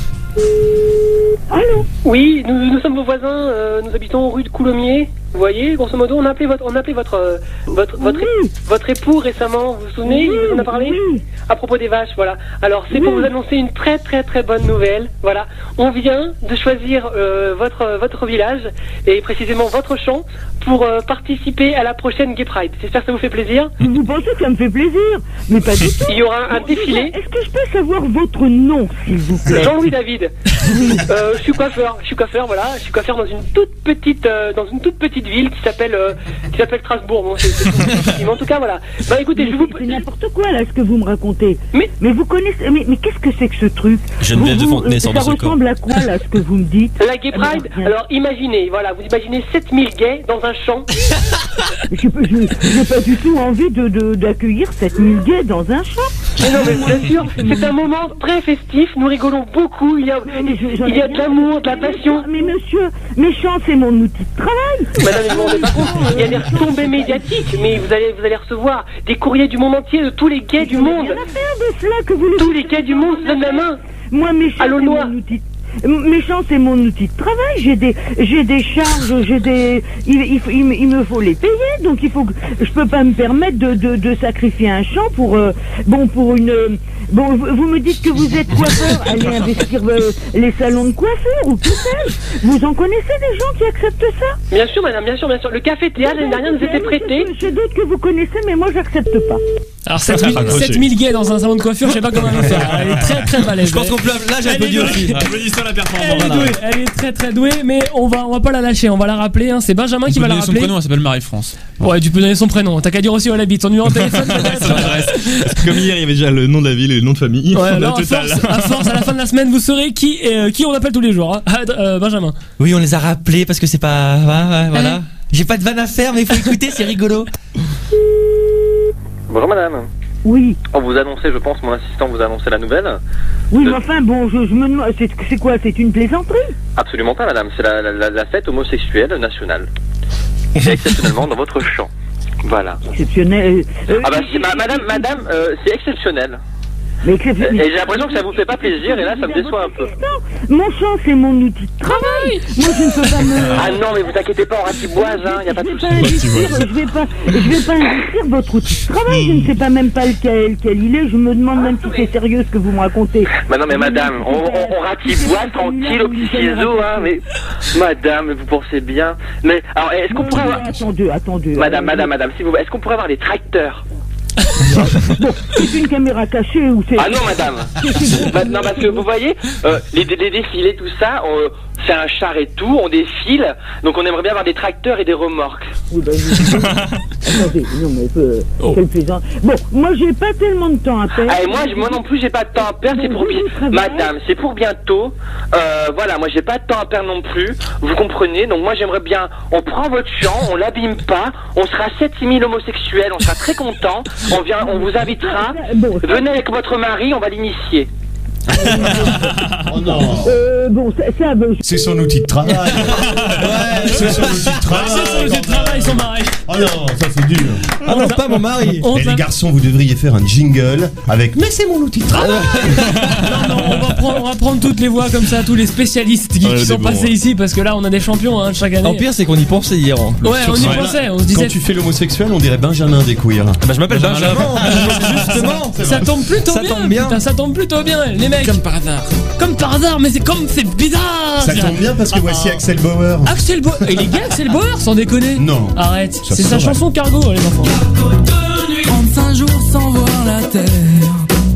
Allô. Oui, nous, nous sommes vos voisins. Euh, nous habitons rue de Coulommiers. Vous voyez, grosso modo, on a appelé votre, on a appelé votre, euh, votre, votre, oui. votre époux récemment. Vous vous souvenez, oui, il vous en a parlé oui. à propos des vaches. Voilà. Alors, c'est oui. pour vous annoncer une très très très bonne nouvelle. Voilà, on vient de choisir euh, votre votre village et précisément votre champ pour euh, participer à la prochaine Gay Pride. J'espère que ça vous fait plaisir. Vous pensez que ça me fait plaisir? Mais pas du tout. Il y aura un défilé. Est-ce que je peux savoir votre nom, s'il vous plaît? Jean-Louis David. euh, je suis coiffeur. Je suis coiffeur. Voilà, je suis coiffeur dans une toute petite euh, dans une toute petite ville qui s'appelle euh, qui s'appelle Strasbourg. Bon, c'est, c'est tout petit, mais en tout cas, voilà. Bah écoutez, mais je vous. C'est n'importe quoi là, ce que vous me racontez. Mais mais vous connaissez. Mais, mais qu'est-ce que c'est que ce truc? Geneviève de Vous- Fontenay sort de Ça ce corps. ressemble à quoi là, ce que vous me dites? La Gay Pride. Alors, Alors imaginez, voilà, vous imaginez sept mille gays dans un champ. Je peux- je- J'ai pas du tout envie de, de- d'accueillir sept mille gays dans un champ. Mais non, mais bien sûr, c'est un moment très festif. Nous rigolons beaucoup. Il y a, il y a de l'amour, de la passion. Mais monsieur, méchant, c'est mon outil de travail. Madame, vous vous rendez pas compte. Il y a des retombées médiatiques, mais vous allez, vous allez recevoir des courriers du monde entier, de tous les gays du monde. Rien à faire de cela que vous le Tous les gays du monde se donnent la main. Moi, méchant, Allô, c'est Noah. mon outil. Méchant, c'est mon outil de travail. J'ai des, j'ai des charges, j'ai des, il, il, il, me- il me faut les payer. Donc il faut que, je peux pas me permettre de, de, de sacrifier un champ pour, euh, bon, pour une, euh, bon, vous, vous me dites que vous êtes coiffeur, allez investir euh, les salons de coiffure ou tout seul. Vous en connaissez des gens qui acceptent ça? Bien sûr, madame, bien sûr, bien sûr. Le café théâtre l'année dernière nous était prêté. J'ai d'autres que vous connaissez, mais moi j'accepte pas. Alors sept mille gays dans un salon de coiffure, je sais pas comment elle va faire. Elle est très très balèze. Je pense qu'on peut. Là, j'ai applaudi aussi. Applaudissons la performance. Elle est douée, elle est très très douée, mais on va on va pas la lâcher, on va la rappeler. Hein. C'est Benjamin On qui peut va la donner son rappeler. prénom, elle s'appelle Marie-France. Ouais, tu peux donner son prénom. T'as qu'à dire aussi où elle habite, son numéro de téléphone. Comme hier, il y avait déjà le nom de la ville et le nom de famille. Ouais, alors, à, force, à force, à la fin de la semaine, vous saurez qui euh, qui on appelle tous les jours. Hein. Euh, Benjamin. Oui, on les a rappelés parce que c'est pas. Ouais, voilà. J'ai pas de vanne à faire, mais il faut écouter, c'est rigolo. Bonjour madame. Oui. On vous annonçait, je pense, mon assistant vous a annoncé la nouvelle. Oui, De- mais enfin, bon, je, je me demande, c'est, c'est quoi, c'est une plaisanterie? Absolument pas madame, c'est la, la, la fête homosexuelle nationale. C'est exceptionnellement dans votre champ. Voilà. Exceptionnel. Euh, Ah bah c'est, ma- madame, madame, euh, c'est exceptionnel. Mais exceptionnel. Et j'ai l'impression que ça vous fait pas plaisir et là ça me déçoit un peu. Mon champ, c'est mon outil de travail. Moi, je ne peux pas me. Ah non mais vous inquiétez pas, on ratiboise, hein, y a pas de Je vais souci. pas investir, je vais pas, je vais pas investir votre outil de travail. Je ne sais pas même pas lequel, lequel il est. Je me demande même si c'est sérieux ce que vous me racontez. Bah non mais madame, on, on, on ratiboise tranquille au petit ciseau, hein, mais madame, vous pensez bien. Mais alors, est-ce qu'on pourrait avoir... Attendez, attendez. Madame, madame, madame, s'il vous plaît, est-ce qu'on pourrait avoir des tracteurs? Bon, c'est une caméra cachée ou c'est. Ah non madame. Bah, non parce que vous voyez, euh, les, les défilés, tout ça, on, c'est un char et tout, on défile, donc on aimerait bien avoir des tracteurs et des remorques. Oui, bah, oui. Attendez, non mais euh, Oh. quel plaisant. Bon, moi j'ai pas tellement de temps à perdre. Ah, et moi, moi non plus, j'ai pas de temps à perdre, c'est pour bi- madame, c'est pour bientôt. Euh, voilà, moi j'ai pas de temps à perdre non plus, vous comprenez. Donc moi j'aimerais bien, on prend votre champ, on l'abîme pas, on sera sept mille homosexuels, on sera très contents. On vient, on vous invitera. Venez avec votre mari, on va l'initier. Oh non. Euh, bon, ça, ça ben, je- C'est son outil de travail. Ouais, c'est son outil de travail. C'est son outil de travail, son mari. Oh non, ça c'est dur. Ah non, pas mon mari. Et les garçons, vous devriez faire un jingle avec. Mais c'est mon outil de travail. Non, non, on va, prendre, on va prendre toutes les voix comme ça, tous les spécialistes qui, Ouais, qui sont c'est passés bon. ici, parce que là on a des champions hein, chaque année. En pire, c'est qu'on y pensait hier. En plus. Ouais, on y Sur- pensait, on se disait. Quand tu fais l'homosexuel, on dirait Benjamin des queers. Bah, je m'appelle Benjamin. Justement, ça tombe plutôt Ça bien. tombe bien. Putain, ça tombe plutôt bien, les mecs. Comme par hasard. Comme par hasard, mais c'est comme c'est bizarre. Ça tombe bien parce que voici Axel Bauer. Axel Bauer. Il est gay, Axel Bauer, sans déconner. Non. Arrête. Ça C'est se sa saurait. chanson Cargo, les enfants. trente-cinq jours sans voir la terre.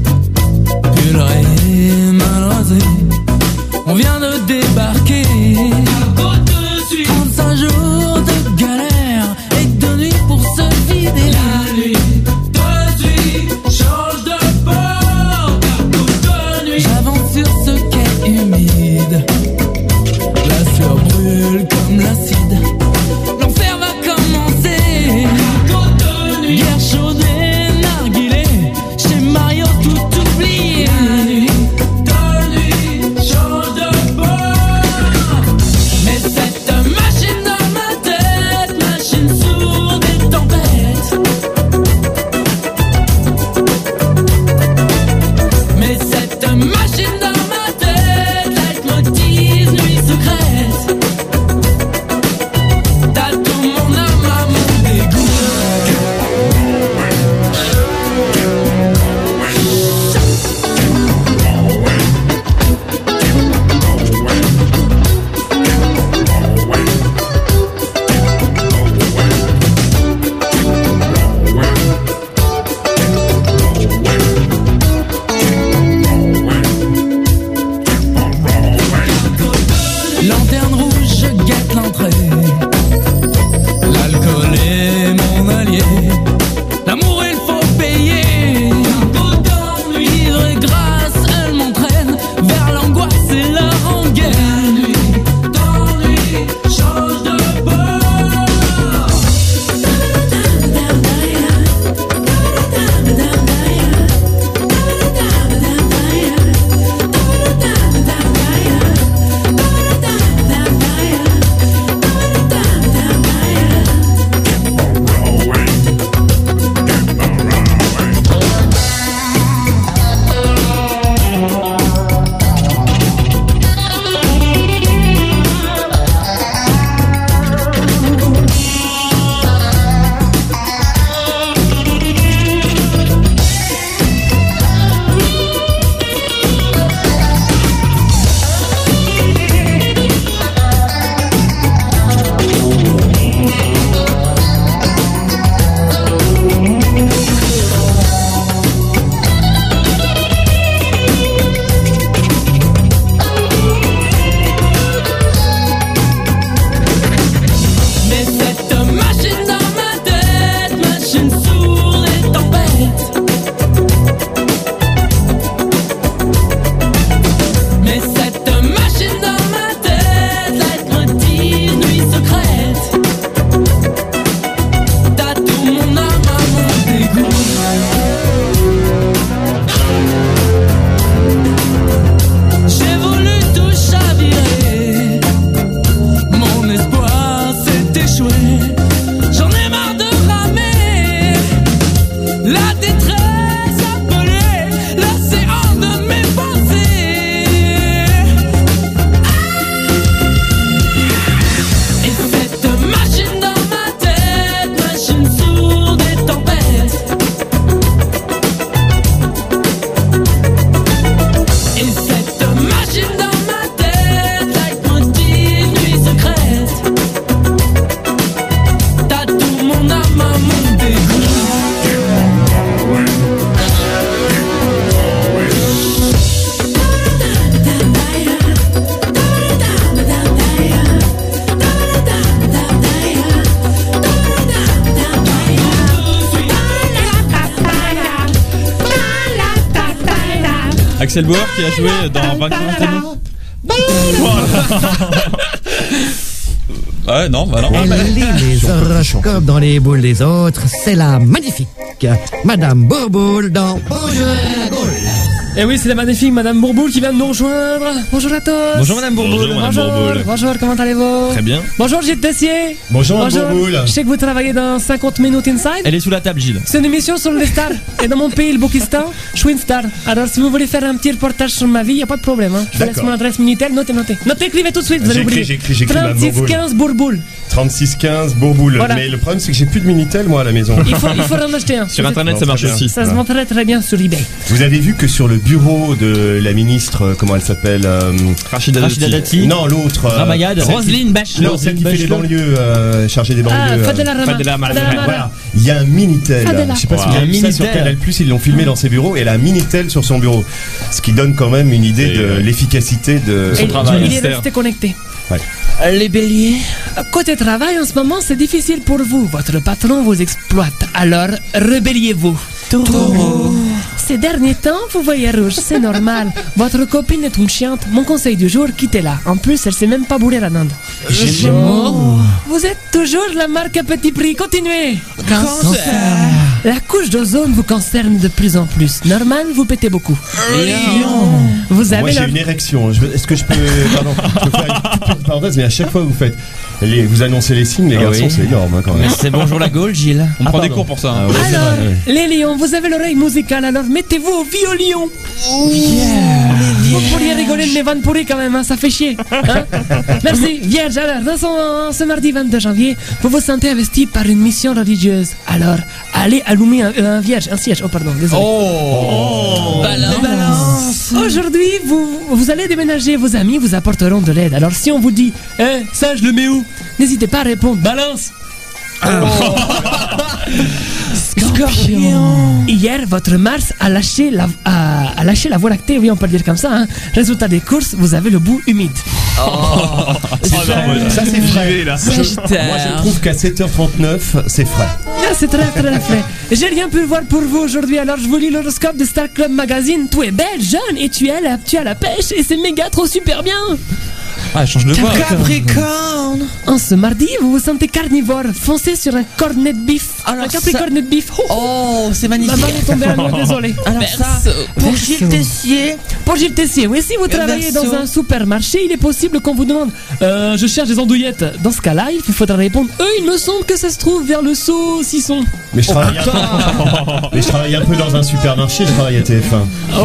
Pulleré, mal rasé. On vient de débarquer. trente-cinq jours de galère et de nuit pour se vider la nuit. De suite, change de bord. J'avance sur ce quai humide. La sueur brûle comme l'acide. L'enfer va commencer. Guerre chaude et narguilé. Chez Mario tout oublié. La nuit, de nuit, change de bord. Mais cette machine dans ma tête, machine sourde et tempête. Mais cette machine dans ma tête, leitmotiv, nuit secrète. Axel Bauer qui a joué dans Vainqueur Antonio. Ouais, non, bah non. Elle lit les horoscopes dans les boules des autres, c'est la magnifique Madame Bourboule dans Bonjour la Gaule. Et oui, c'est la magnifique Madame Bourboule qui vient de nous rejoindre. Bonjour à tous. Bonjour Madame Bourboule. Bonjour, Madame Bourboule. Bonjour, comment allez-vous? Très bien. Bonjour Gilles Tessier. Bonjour Madame Bourboule. Je sais que vous travaillez dans cinquante minutes Inside. Elle est sous la table, Gilles. C'est une émission sur les stars. Et dans mon pays, le Pakistan, je suis une star. Alors si vous voulez faire un petit reportage sur ma vie, il n'y a pas de problème. Hein. Je vous laisse mon adresse Minitel, notez, notez. Notez, écrivez tout de suite, vous allez oublier. J'ai écrit, j'ai écrit, j'ai écrit trente-six quinze Bourboule. trente-six quinze Bourboule. Voilà. Mais le problème, c'est que j'ai plus de Minitel, moi, à la maison. Il faut, il faut en acheter un. Sur internet, Non, ça marche très bien. aussi. Ça se vend très très bien sur eBay. Vous avez vu que sur le bureau de la ministre, euh, comment elle s'appelle euh, Rachida Rachida Dati. Dati. Non, l'autre. euh, Ramayad. celle qui- Roselyne Bachelot. Non, celle qui fait les Bachelot. banlieues, euh, chargée des banlieues. Ah, euh, Fadela Rama. Fadela Rama. Fadela Rama. Voilà, il y a un Minitel. Fadela. Je sais pas si Wow. vous avez Un vu ça sur Minitel. Canal+, ils l'ont filmé dans ses bureaux et elle a un Minitel sur son bureau. Ce qui donne quand même une idée Et, de euh, l'efficacité de Et son travail. il est resté connecté. Ouais. Les béliers. Côté travail, en ce moment, c'est difficile pour vous. Votre patron vous exploite. Alors, rebelliez-vous. Taureau. Ces derniers temps, vous voyez rouge, c'est normal. Votre copine est une chiante. Mon conseil du jour, quittez-la. En plus, elle sait même pas bourrer la dinde. Gémeaux. Vous êtes toujours la marque à petit prix. Continuez. Cancer. La couche d'ozone vous concerne de plus en plus. Normal, vous pétez beaucoup. Lion. Vous Moi avez j'ai la... une érection. Je veux- Est-ce que je peux, pardon, je peux faire une toute petite parenthèse, mais à chaque fois que vous faites, les, vous annoncez les signes, les Ah garçons, oui. c'est énorme hein, quand même. C'est Bonjour la Gaule, Gilles. On Ah, prend des pardon. cours pour ça. hein. Ah ouais, c'est Alors, vrai, ouais. les lions, vous avez l'oreille musicale, alors mettez-vous au violon. Vous pourriez rigoler de mes vannes pourries quand même, hein, ça fait chier. Hein. Merci. Vierge, alors, dans son- ce mardi vingt-deux janvier, vous vous sentez investi par une mission religieuse. Alors, allez allumer un, un vierge, un siège. Oh, pardon, désolé. Oh, Balance. Aujourd'hui, vous, vous allez déménager, vos amis vous apporteront de l'aide. Alors si on vous dit, eh, ça je le mets où? N'hésitez pas à répondre, balance. Scorpion. Hier, votre Mars a lâché la, a, a lâché la voie lactée, oui on peut le dire comme ça. Hein. Résultat des courses, vous avez le bout humide. Ça, ça, c'est frais. là. Je- moi je trouve qu'à sept heures trente-neuf, c'est frais. Ah, c'est très très frais. J'ai rien pu voir pour vous aujourd'hui, alors je vous lis l'horoscope de Star Club Magazine. Tu es belle, jeune et tu es la, tu as la pêche et c'est méga trop super bien. Ah, change de voix. Capricorne. En ce mardi, vous vous sentez carnivore. Foncez sur un cornet de bif. Alors un capricorne de bif. Oh, Oh, c'est magnifique. maman est tombée à l'eau, désolé. Alors ça, pour Gilles Tessier. Pour Gilles Tessier, oui, si vous travaillez Verseau. dans un supermarché, il est possible qu'on vous demande euh, je cherche des andouillettes. Dans ce cas-là, il vous faudra répondre euh, il me semble que ça se trouve vers le saucisson. Mais je travaille, un peu, mais je travaille un peu dans un supermarché, je travaille à T F un.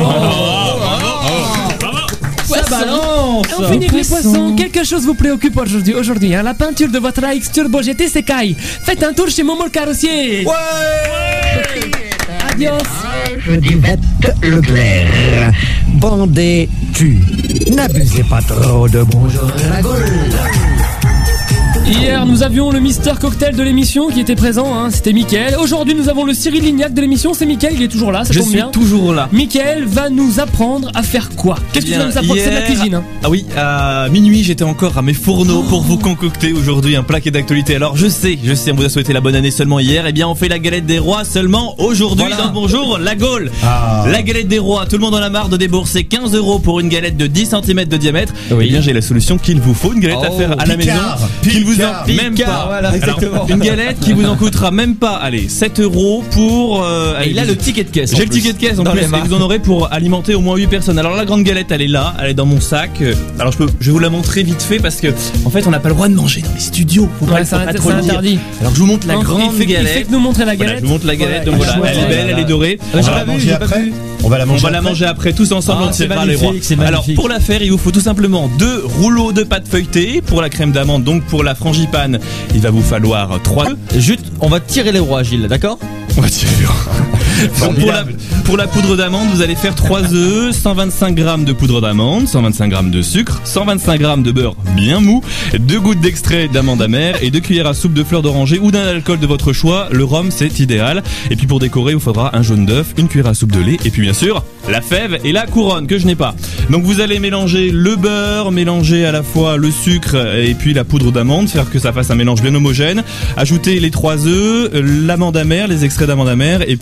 Ça balance. Et on finit avec les poissons. Quelque chose vous préoccupe aujourd'hui. Aujourd'hui, hein, la peinture de votre A X Turbo G T s'écaille. Faites un tour chez Momo le carrossier. Ouais. Adios. Je dis bête Leclerc. Bandez-tu. N'abusez pas trop de Bonjour la Gaule. Hier, nous avions le Mister Cocktail de l'émission qui était présent, hein, c'était Mickaël. Aujourd'hui, nous avons le Cyril Lignac de l'émission, c'est Mickaël, il est toujours là, ça Je tombe suis bien. toujours là. Mickaël va nous apprendre à faire quoi? Qu'est-ce que tu vas nous apprendre? C'est de la Hier- cuisine. Hein. Ah oui, à minuit, j'étais encore à mes fourneaux pour vous concocter aujourd'hui un plat qui est d'actualité. Alors je sais, je sais, on vous a souhaité la bonne année seulement hier. Eh bien, on fait la galette des rois seulement aujourd'hui Voilà. dans Bonjour la Gaule. Ah. La galette des rois, tout le monde en a marre de débourser quinze euros pour une galette de dix centimètres de diamètre. Oui. Eh bien, j'ai la solution qu'il vous faut, une galette à Oh, faire à la maison. Picard, Qui vous Picard, en même Picard, pas. voilà, Alors, exactement. une galette qui vous en coûtera même pas, allez, sept euros pour. Euh, Et allez, il a vous- le ticket de caisse. en J'ai le plus. ticket de caisse en Dans plus les et mains. vous en aurez pour alimenter au moins huit personnes. Alors la grande galette elle est là, elle est dans mon sac. Euh, Alors je peux, je vais vous la montrer vite fait parce que en fait on n'a pas le droit de manger dans les studios. Faut pas, Ouais, faut c'est pas inter- trop c'est le dire. interdit. Alors je vous montre la Non, grande il fait, galette. Il fait que nous montrer la Voilà, galette. je vous montre la galette. Donc Voilà, voilà, chouette. elle est belle, elle est dorée. On j'ai va pas la vu, manger j'ai pas après. vu. On va la On manger va la après. manger après tous ensemble, Ah, on c'est tirera les magnifique, rois. c'est Alors magnifique. pour la faire, il vous faut tout simplement deux rouleaux de pâte feuilletée. Pour la crème d'amande, donc pour la frangipane, il va vous falloir trois. Juste, on va tirer les rois, Gilles, d'accord? On va tirer. Donc pour la, pour la poudre d'amande, vous allez faire trois œufs, cent vingt-cinq grammes de poudre d'amande, cent vingt-cinq grammes de sucre, cent vingt-cinq grammes de beurre bien mou, deux gouttes d'extrait d'amande amère et deux cuillères à soupe de fleur d'oranger ou d'un alcool de votre choix. Le rhum, c'est idéal. Et puis pour décorer, il vous faudra un jaune d'œuf, une cuillère à soupe de lait et puis bien sûr la fève et la couronne que je n'ai pas. Donc vous allez mélanger le beurre, mélanger à la fois le sucre et puis la poudre d'amande, faire que ça fasse un mélange bien homogène. Ajouter les trois œufs, l'amande amère, les extraits d'amande amère et puis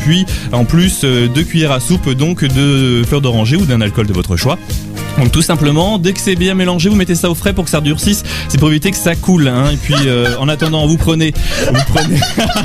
En plus, euh, deux cuillères à soupe donc de fleurs d'oranger ou d'un alcool de votre choix. Donc tout simplement, dès que c'est bien mélangé, vous mettez ça au frais pour que ça durcisse. C'est pour éviter que ça coule. Hein. Et puis euh, en attendant, vous prenez, vous prenez.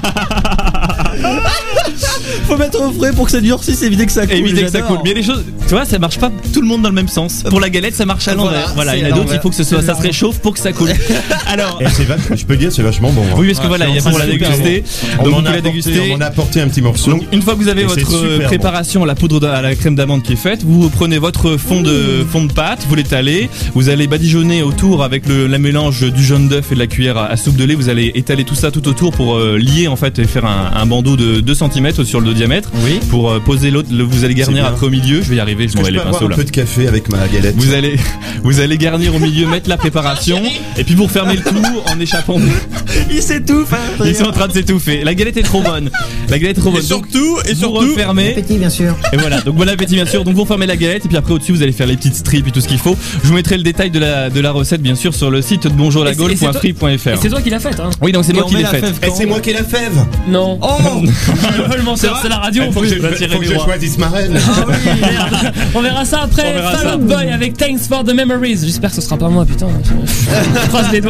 Faut mettre au frais pour que ça durcisse, éviter que ça coule. Éviter que ça coule. Mais les choses, tu vois, ça marche pas tout le monde dans le même sens. Pour la galette, ça marche à l'envers. Voilà, il y en a d'autres, il faut que ce soit, ça se réchauffe pour que ça coule. Alors, et c'est vache, je peux dire, c'est vachement bon. Hein. Oui, parce que voilà, il y a pour la déguster. Bon. Donc on vous pouvez a la déguster. On a apporté un petit morceau. Donc une fois que vous avez votre préparation, bon. La poudre à la crème d'amande qui est faite, vous prenez votre fond de fond de pâte, vous l'étalez, vous allez badigeonner autour avec le la mélange du jaune d'œuf et de la cuillère à, à soupe de lait. Vous allez étaler tout ça tout autour pour euh, lier en fait et faire un, un bandeau de deux centimètres sur le diamètre. Oui. Pour euh, poser l'autre, le, vous allez garnir après au milieu. Je vais y arriver, je m'en vais les pinceaux là. Un peu de café avec ma galette. Vous allez, vous allez garnir au milieu, mettre la préparation, et puis vous refermez le tout en échappant. Il s'étouffe. Hein, Ils sont en train de s'étouffer. La galette est trop bonne. La galette est trop bonne. Et surtout, et surtout, vous refermez. Bon appétit, bien sûr. Et voilà. Donc bon appétit, bien sûr. Donc vous refermez la galette, et puis après au-dessus vous allez faire les petites strips et tout ce qu'il faut. Je vous mettrai le détail de la de la recette, bien sûr, sur le site de bonjour la gaule point free point f r. Et c'est toi qui l'as faite, hein. Oui, donc c'est moi qui l'ai faite. Et c'est moi qui ai la fève. Non. Oh. Le menteur, c'est la radio. Il faut que je, faut que je choisisse ma reine. Ah oui, merde. On verra ça après. Fall Out Boy avec Thanks for the Memories. J'espère que ce sera pas moi, putain. Je croise les doigts.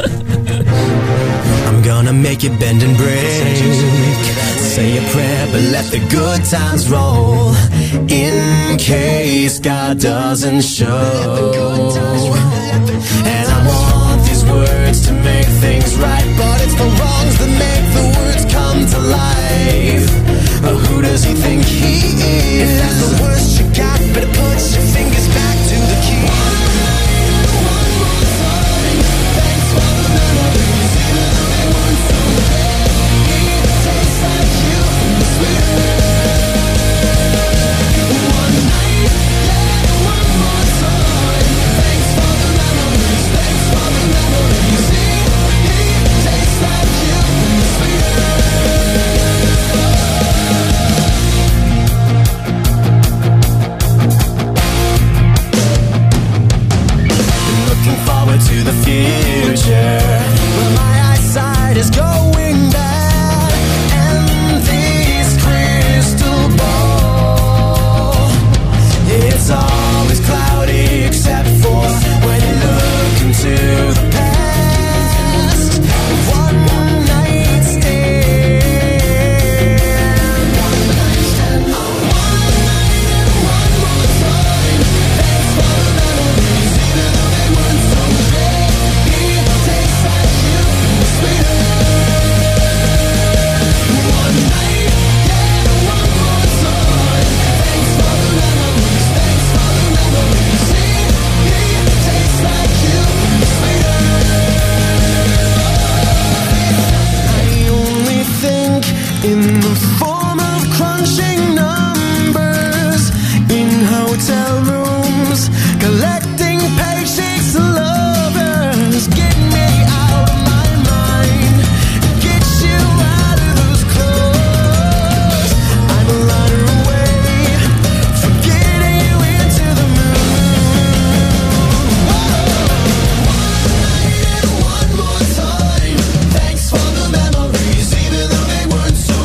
I'm gonna make it bend and break. Say a prayer, but let the good times roll. In case God doesn't show. And I want these words to make things right, but it's the wrongs that make the words come to life. Oh, who does he think he is? If that's the worst you got, better put your fingers back to the key. One more time, thanks for the memories, even though they weren't so great. It tastes like you from the sweet. One night, yeah, one more time, thanks for the memories, thanks for the memories. It tastes like you from the sweet. To the future, but my eyesight is going bad, and this crystal ball, it's always cloudy except for when you look into the past. One night stand, one night stand, one night and one more time. Thanks for the memories, even though they weren't so. In the form of crunching numbers in hotel rooms, collecting paychecks to lovers. Get me out of my mind, get you out of those clothes. I'm a ladder away from getting you into the moon. Whoa. One night and one more time. Thanks for the memories, even though they weren't so.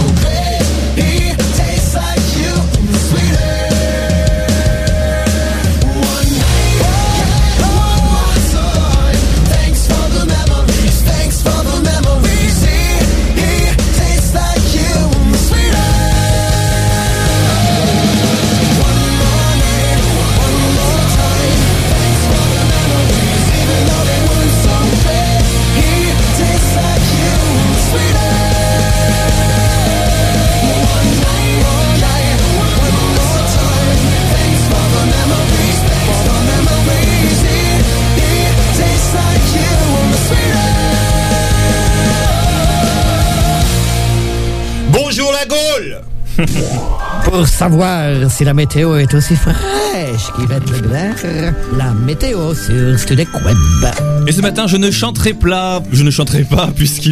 Pour savoir si la météo est aussi fraîche neige qui va être le glaire. La météo sur Studek Web. Et ce matin, je ne chanterai pas, je ne chanterai pas puisqu'il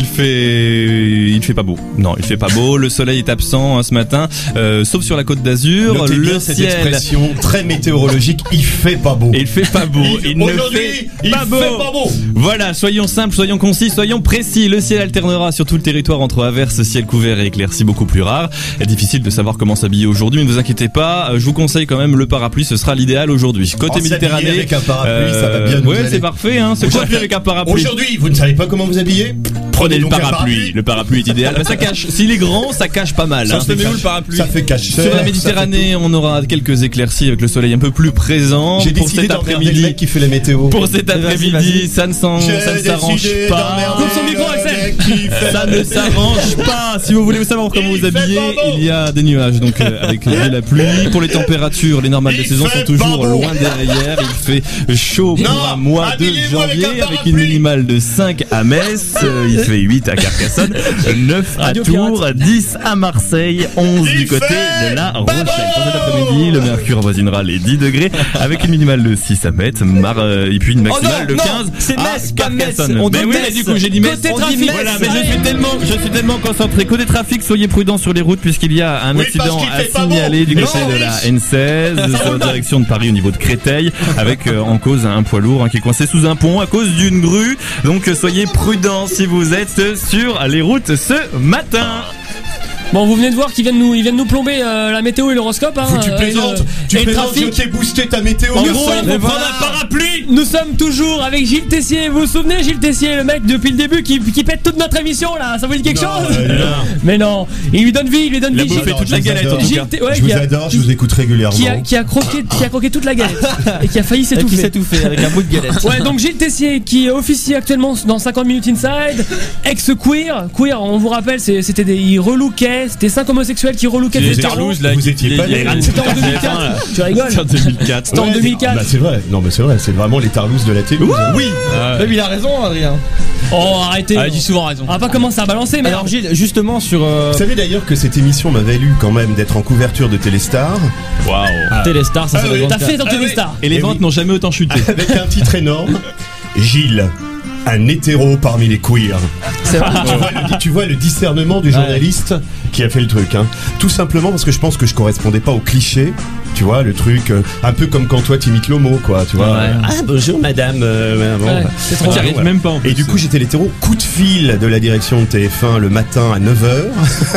fait, il fait pas beau. Non, il fait pas beau. Le soleil est absent hein, ce matin, euh, sauf sur la Côte d'Azur. Notez le bien cette ciel expression très météorologique. Il fait pas beau. Il fait pas beau. Il, il ne fait il pas, fait beau. pas beau. Voilà, soyons simples, soyons concis, soyons précis. Le ciel alternera sur tout le territoire entre averses, ciel couvert et éclaircies beaucoup plus rares. Il est difficile de savoir comment s'habiller aujourd'hui, mais ne vous inquiétez pas. Je vous conseille quand même le parapluie, ce sera l'idéal aujourd'hui. Côté Oh, Méditerranée, avec un parapluie, ça va bien nous ouais, aller. c'est parfait. Hein. C'est quoi faire avec un parapluie? Aujourd'hui, vous ne savez pas comment vous habiller? Prenez le donc un parapluie. parapluie. Le parapluie est idéal. Bah, ça cache. S'il est grand, ça cache pas mal. Ça hein. se met où le parapluie? Ça fait cache. Sur la Méditerranée, on aura quelques éclaircies avec le soleil un peu plus présent. J'ai pour décidé cet d'emmerder après-midi. le mec qui fait la météo. Pour cet Vas-y, après-midi, vas-y. ça ne s'en- J'ai ça ne s'arrange décidé pas. d'emmerder Coupe son micro, le Axel. mec qui fait Ça ne s'arrange pas. Si vous voulez savoir comment vous habiller, il y a des nuages, donc euh, avec de la pluie. Pour les températures, les normales de Il saison fait sont toujours pas beau. loin derrière. Il fait chaud pour Non, un mois de habillez-vous avec janvier, un avec parapluie. une minimale de cinq à Metz. Euh, Il fait huit à Carcassonne, neuf à Radio Tours, dix à Marseille, onze Il du côté fait de la pas Rochelle. beau. Pour cet après-midi, le mercure avoisinera les dix degrés, avec une minimale de six à Metz, Mar euh, et puis une maximale non, de non, quinze c'est à Metz, pas Metz. Carcassonne. On Mais dit oui, Metz. mais du coup, j'ai dit Metz. Côté On dit trafic. Metz. Voilà, mais je suis tellement, je suis tellement concentré. Côté trafic, soyez prudents sur les routes puisqu'il y a un Oui, accident parce qu'il à fait pas signaler beau. du côté Non, de la riche. N seize sur la direction de Paris au niveau de Créteil, avec euh, en cause un poids lourd hein, qui est coincé sous un pont à cause d'une grue. Donc euh, soyez prudents si vous êtes sur les routes ce matin. Bon, vous venez de voir qu'ils viennent nous, ils viennent nous plomber euh, la météo et l'horoscope. Hein, Faut que tu euh, plaisantes. et le- Tu et le plaisantes, je trafic. t'ai boosté ta météo. En hier gros, soir. il faut prendre un parapluie. Nous sommes toujours avec Gilles Tessier. Vous vous souvenez, Gilles Tessier, le mec depuis le début qui, qui pète toute notre émission là. Ça vous dit quelque Non, chose? euh, non. Mais non. Il lui donne vie, il lui donne Il a vie. bouffé Gilles- toute la galette, en tout Gilles cas. T- ouais, Je qui vous a- adore, je vous écoute régulièrement. Qui a, qui a croqué, qui a croqué toute la galette et qui a failli Qui s'étouffer. s'est tout fait avec un bout de galette. Ouais, donc Gilles Tessier qui officie actuellement dans cinquante minutes inside, ex-queer. Queer, on vous rappelle, c'est- c'était des. Ils relookaient, c'était cinq homosexuels qui relookaient Vous des étiez- hétéros. là, vous étiez pas les- né. les- C'était en deux mille quatre. Tu rigoles? C'est en deux mille quatre. C'était en Ouais, deux mille quatre. Bah c'est vrai. Non mais c'est vrai. C'est vraiment les tarlousses de la télé. Oui. Ah, Mais il a raison, Adrien. Oh, arrêtez. Ah, il dit souvent raison. On va pas commencer à balancer, mais. Alors Gilles, justement sur euh, Vous savez d'ailleurs que cette émission m'a valu quand même d'être en couverture de Téléstar Waouh. Téléstar, ça Ah c'est oui. la grande T'as fait dans Ah oui. Téléstar. Et les Eh ventes oui. n'ont jamais autant chuté. avec un titre énorme. Gilles, un hétéro parmi les queers. C'est vrai. Tu vois, le, tu vois le discernement du journaliste qui a fait le truc. Hein. Tout simplement parce que je pense que je correspondais pas au cliché. Tu vois, le truc euh, un peu comme quand toi t'imites l'homo, quoi. Tu vois. Ouais. Ah bonjour madame. euh, bon, Ouais, bah. c'est trop Tu Ah, arrives voilà. même pas en plus. Et du coup, j'étais l'hétéro. Coup de fil de la direction de T F un le matin à neuf heures.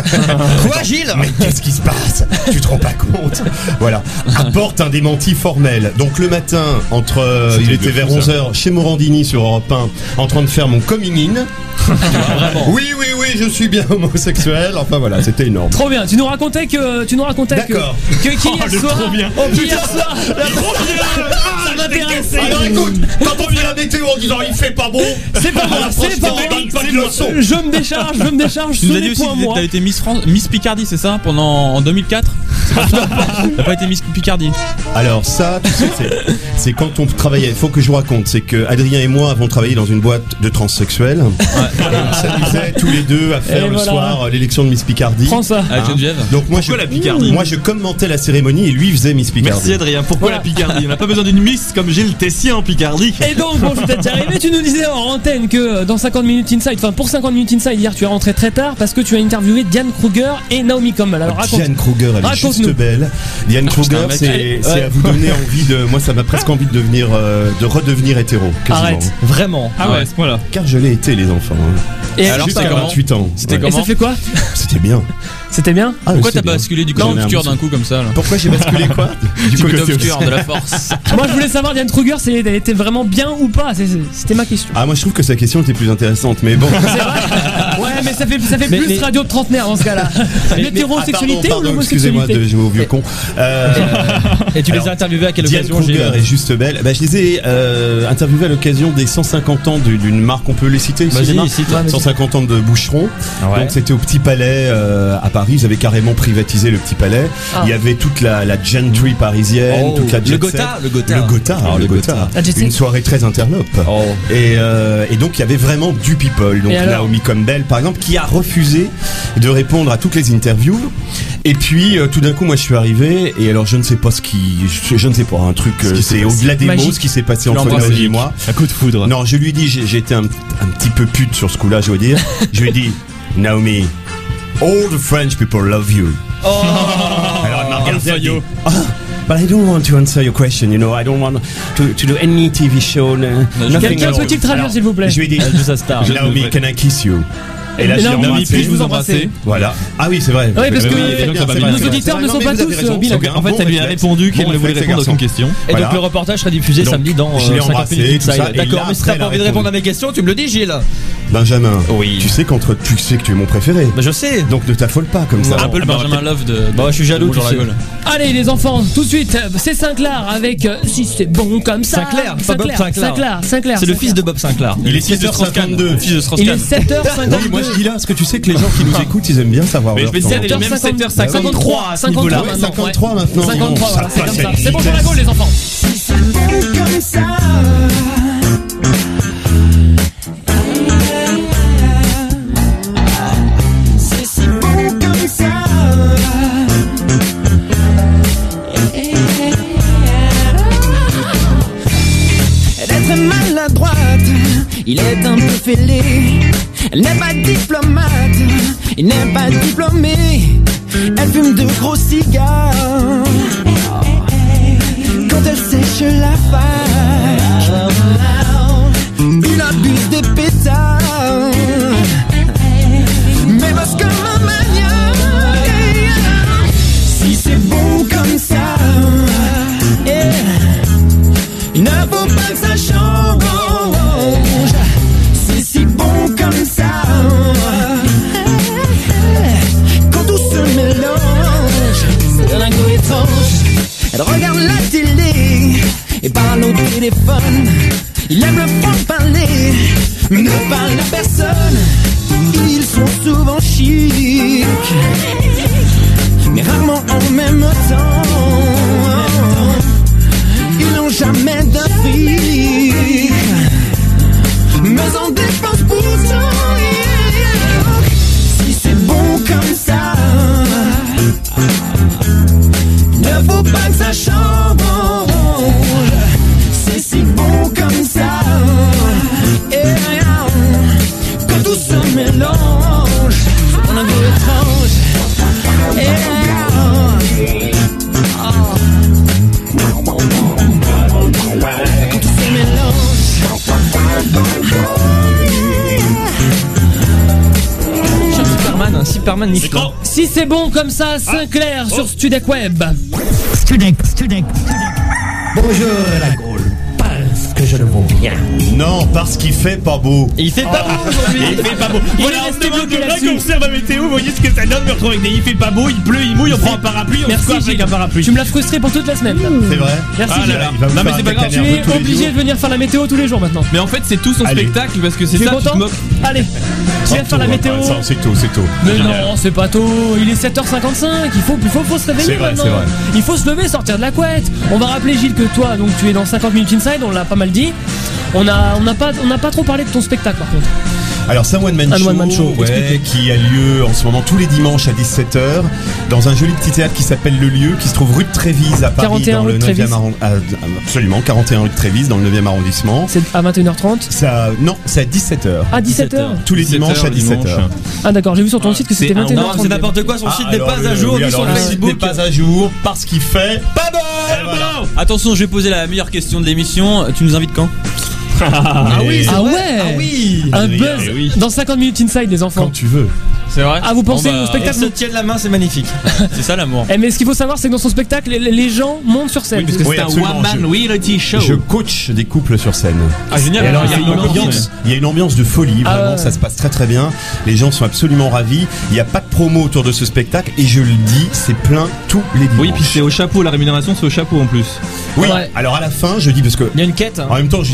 Quoi, Gilles? Mais qu'est-ce qui se passe? Tu te rends pas compte? Voilà. Apporte un démenti formel. Donc le matin, entre euh, C'était il de était fou, vers ça. onze heures chez Morandini sur Europe un, en train de faire mon coming in. Oui, oui, oui, je suis bien homosexuel. Enfin voilà, c'était énorme. Trop bien. Tu nous racontais que. Tu nous racontais que. D'accord. Que qu'hier le soir. trop bien. Oh, qu'hier soir. Ça m'intéresse. Alors écoute, quand on fait la météo en disant il fait pas bon, C'est pas moi, c'est pas moi. franchement, donne pas de leçons. Je me décharge, je me décharge. Tu nous Ce as dit n'est aussi point que moi. t'avais été Miss France, Miss Picardie, c'est ça, pendant en deux mille quatre. T'as pas été Miss Picardie. Alors ça, tu sais, c'est- c'est quand on travaillait. Il faut que je vous raconte. C'est que Adrien et moi avons travaillé dans une boîte de transsexuels. Et on s'amusait tous les deux à faire Et le voilà. soir euh, l'élection de Miss Picardie. Prends ça. Avec Hein. Geneviève. Donc moi Pourquoi je, la Picardie moi je commentais la cérémonie et lui faisait Miss Picardie. Merci Adrien. Pourquoi Voilà. la Picardie? On n'a pas besoin d'une miss comme Gilles Tessier en Picardie. Et donc, bon, je vais peut-être y arriver. Tu nous disais en antenne que euh, dans cinquante minutes inside, enfin pour cinquante minutes inside, hier tu es rentré très tard parce que tu as interviewé Diane Kruger et Naomi Campbell. Alors raconte. Diane Kruger, elle est Raconte-nous. juste belle. Diane Kruger, un mec. c'est c'est Ouais. à vous donner envie de. Moi, ça m'a presque envie de devenir, euh, de redevenir hétéro. Quasiment. Arrête. Vraiment. Ah ouais, à ce point-là. Car je l'ai été, les enfants. hein. Et alors, Jusqu'à c'était comment vingt-huit ans. C'était Ouais. Et ça comment fait quoi? C'était bien. C'était bien? Ah, Pourquoi c'est t'as bien. basculé du côté Non, mais obscur un d'un coup comme ça là? Pourquoi j'ai basculé quoi? Du côté côté obscur de la force. Moi je voulais savoir Diane Kruger, c'est- elle était vraiment bien ou pas? C'est- c'est- C'était ma question. Ah, moi je trouve que sa question était plus intéressante, mais bon. Ouais, mais ça fait, ça fait Mais- plus mais- radio de trentenaire dans ce cas-là. L'hétérosexualité Ah, pardon, ou pardon, excusez-moi l'homosexualité? de jouer au vieux con. Euh, Et tu les alors, as interviewés à quelle Diane occasion, Kruger Gilles? est juste belle. Bah, je les ai euh, interviewés à l'occasion des cent cinquante ans du- d'une marque, on peut les citer ici, Vas-y, les marques cite. cent cinquante ans de Boucheron. Ah ouais. Donc c'était au Petit Palais euh, à Paris. Ils avaient carrément privatisé le Petit Palais. Ah. Il y avait toute la, la gentry parisienne, Oh, toute la jet le Gotha, set. le Gotha. le Gotha, Oh, le le Gotha. Gotha. La jet set. Une soirée très interlope. Oh. Et, euh, et donc il y avait vraiment du people. Donc Et alors Naomi Campbell, par exemple. exemple, qui a refusé de répondre à toutes les interviews. Et puis euh, tout d'un coup, moi, je suis arrivé et alors je ne sais pas ce qui, je, je ne sais pas un truc. Euh, c'est au-delà des mots, ce qui s'est passé entre Naomi et moi. Un coup de foudre. Non, je lui ai dit, j'ai, j'ai été un, un petit peu pute sur ce coup-là, je veux dire. Je lui ai dit, Naomi, all the French people love you. Oh. Alors elle m'a regardé, elle dit, oh, but I don't want to answer your question, you know, I don't want to, to do any T V show. No, Quelqu'un peut-il traduire, s'il vous plaît? Je lui ai dit, Naomi, can I kiss you? Et là, j'ai Naomi, puis-je vous embrasser? Voilà. Ah oui, c'est vrai. Oui, parce que oui, nos auditeurs ne sont pas tous bilingues. En fait, elle lui a répondu qu'elle ne voulait répondre à aucune question. Et donc le reportage sera diffusé samedi dans cinquante minutes. D'accord, mais si t'as pas envie de répondre à mes questions, tu me le dis, Gilles. Benjamin, oui. Tu sais qu'entre tu sais que tu es mon préféré. Bah je sais. Donc ne t'affole pas comme ça. Un peu le Benjamin Love de. Bah je suis jaloux. Tu sais. Allez les enfants, tout de suite, c'est Sinclair avec si c'est bon comme ça. Sinclair, Sinclair, Sinclair, Sinclair. C'est le fils de Bob Sinclair. Il est six heures cinquante-deux. Fils de Strauss-Kahn. Il est sept heures cinquante-deux. Oui, moi je dis là, parce que tu sais que les gens qui nous écoutent, ils aiment bien savoir. Mais je vais dire, il est même sept heures cinquante-trois à ce niveau-là. cinquante-trois maintenant. cinquante-trois, voilà, c'est comme ça. C'est bon pour la Gaule les enfants. C'est bon comme ça. C'est si bon comme ça. Elle est très maladroite, il est un peu fêlé. Elle n'est pas diplomate, il n'est pas diplômé. Elle fume de gros cigares quand elle sèche la fac. Il abuse des pétards, mais bosse comme un maniaque. Si c'est bon comme ça, yeah, il ne faut pas que ça change. C'est si bon comme ça. Quand tout se mélange, c'est un goût étrange. Elle regarde la télé et parle au téléphone. Il aime le franc-parler, mais ne parle à personne. Ils sont souvent chics, mais rarement en même temps. Ils n'ont jamais d'Afrique, mais on dépense pour ça. Si c'est bon comme ça, ne faut pas que ça change. C'est si bon comme ça. Quand tout se mélange, on a un goût étrange. Quand tout se mélange. Superman, un Superman niche. Si c'est bon comme ça, Sinclair sur Studek Web. Studek, Studek, Studek. Bonjour la Gaule. Parce que je le vaux bien. Non, parce qu'il fait pas beau. Il fait pas beau aujourd'hui. Il fait pas beau. Il Voilà, est on resté se demande bloqué là là-dessus. qu'on observe la météo, vous voyez ce que ça donne, me retrouver avec des il fait pas beau, il pleut, il mouille, on prend un parapluie, on se Merci coiffe avec Gilles. un parapluie. Tu me l'as frustré pour toute la semaine. là. C'est vrai. Merci Ah là Gilles. là. Il va vous Non mais faire c'est pas un grave, Tu caca es nerveux tous les obligé jours. de venir faire la météo tous les jours maintenant. Mais en fait c'est tout son Allez. spectacle parce que c'est Tu es ça, tu te content? moques. Allez, tu viens faire la météo. Ça, c'est tôt, c'est tôt. Mais non, c'est pas tôt. Il est sept heures cinquante-cinq. Il faut, il faut, faut se réveiller C'est vrai, maintenant. c'est vrai. Il faut se lever, sortir de la couette. On va rappeler Gilles que toi, donc tu es dans cinquante minutes inside. On l'a pas mal dit. On a, on n'a pas, on n'a pas trop parlé de ton spectacle par contre. Alors c'est un one man Un show, one-man show, ouais, explique-le. qui a lieu en ce moment tous les dimanches à dix-sept heures dans un joli petit théâtre qui s'appelle Le Lieu, qui se trouve rue de Trévise à Paris, quarante et un dans rue le de neuvième Trévise. arrondissement. Absolument, quarante et un rue de Trévise dans le neuvième arrondissement. C'est à vingt et une heures trente. Ça, non, c'est à dix-sept heures. À dix-sept heures. Tous les dimanches à dix-sept heures. Ah d'accord, j'ai vu sur ton site que c'était vingt et une heures Non, trente. c'est n'importe quoi, son site n'est alors, pas le- à jour, oui, ni sur alors, le site Facebook. n'est pas à jour parce qu'il fait pas bon. Voilà. Attention, je vais poser la meilleure question de l'émission. Tu nous invites quand? Ah oui, c'est Ah vrai. ouais. Ah oui. Un Oui, buzz eh oui. dans cinquante minutes inside les enfants. Quand tu veux. C'est vrai. Ah vous pensez Bon, bah, au Et spectacle se tiennent la main, c'est magnifique. C'est ça l'amour. Eh, mais ce qu'il faut savoir c'est que dans son spectacle les, les gens montent sur scène. Oui, parce que Oui, c'est un absolument, one man je- reality show. Je coach des couples sur scène. Ah génial. Et alors il y a Ah, une ah, ambiance, il y a une ambiance de folie, Ah, vraiment ouais. ça se passe très très bien. Les gens sont absolument ravis. Il n'y a pas de promo autour de ce spectacle et je le dis, c'est plein tous les dimanches. Oui, puis c'est au chapeau, la rémunération c'est au chapeau en plus. Oui. Ouais. Alors à la fin, je dis parce que Il y a une quête. hein. en même temps, je dis c'est quand même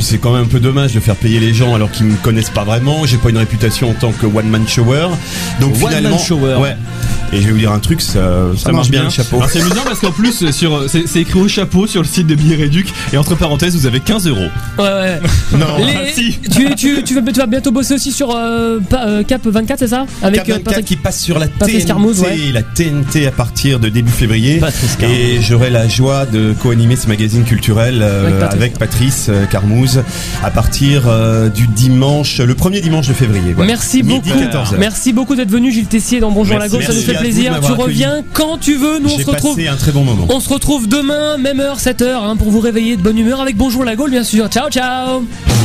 un peu dommage de faire payer les gens alors qu'ils me connaissent pas vraiment. J'ai pas une réputation en tant que one man shower. Donc One finalement, man shower. ouais. Et je vais vous dire un truc, ça, ça, marche bien le chapeau. Alors, c'est amusant parce qu'en plus sur c'est, c'est écrit au chapeau sur le site de Billets Réduc et entre parenthèses vous avez quinze euros. Ouais ouais. Non. Les- Ah, si. tu, tu, tu, vas, tu vas bientôt bosser aussi sur euh, pa- euh, Cap vingt-quatre, c'est ça? Avec Cap vingt-quatre qui passe sur la T Patrice N T, Carmouze, ouais. la T N T à partir de début février. Patrice Carmouze. Et j'aurai la joie de co-animer ce magazine culturel euh, Avec Patrice. avec Patrice euh, Carmouze à partir euh, du dimanche, le premier dimanche de février. Voilà. Merci Midi, beaucoup. quatorze heures. Merci beaucoup d'être venu, Gilles Tessier, dans Bonjour Merci, la Gauche. Ça nous merci fait à vous de plaisir. Tu m'avoir accueilli. reviens quand tu veux. Nous, on J'ai se retrouve. passé un très bon moment. On se retrouve demain, même heure, sept heures, hein, pour vous réveiller de bonne humeur avec Bonjour la Gaule, bien sûr. Ciao, ciao.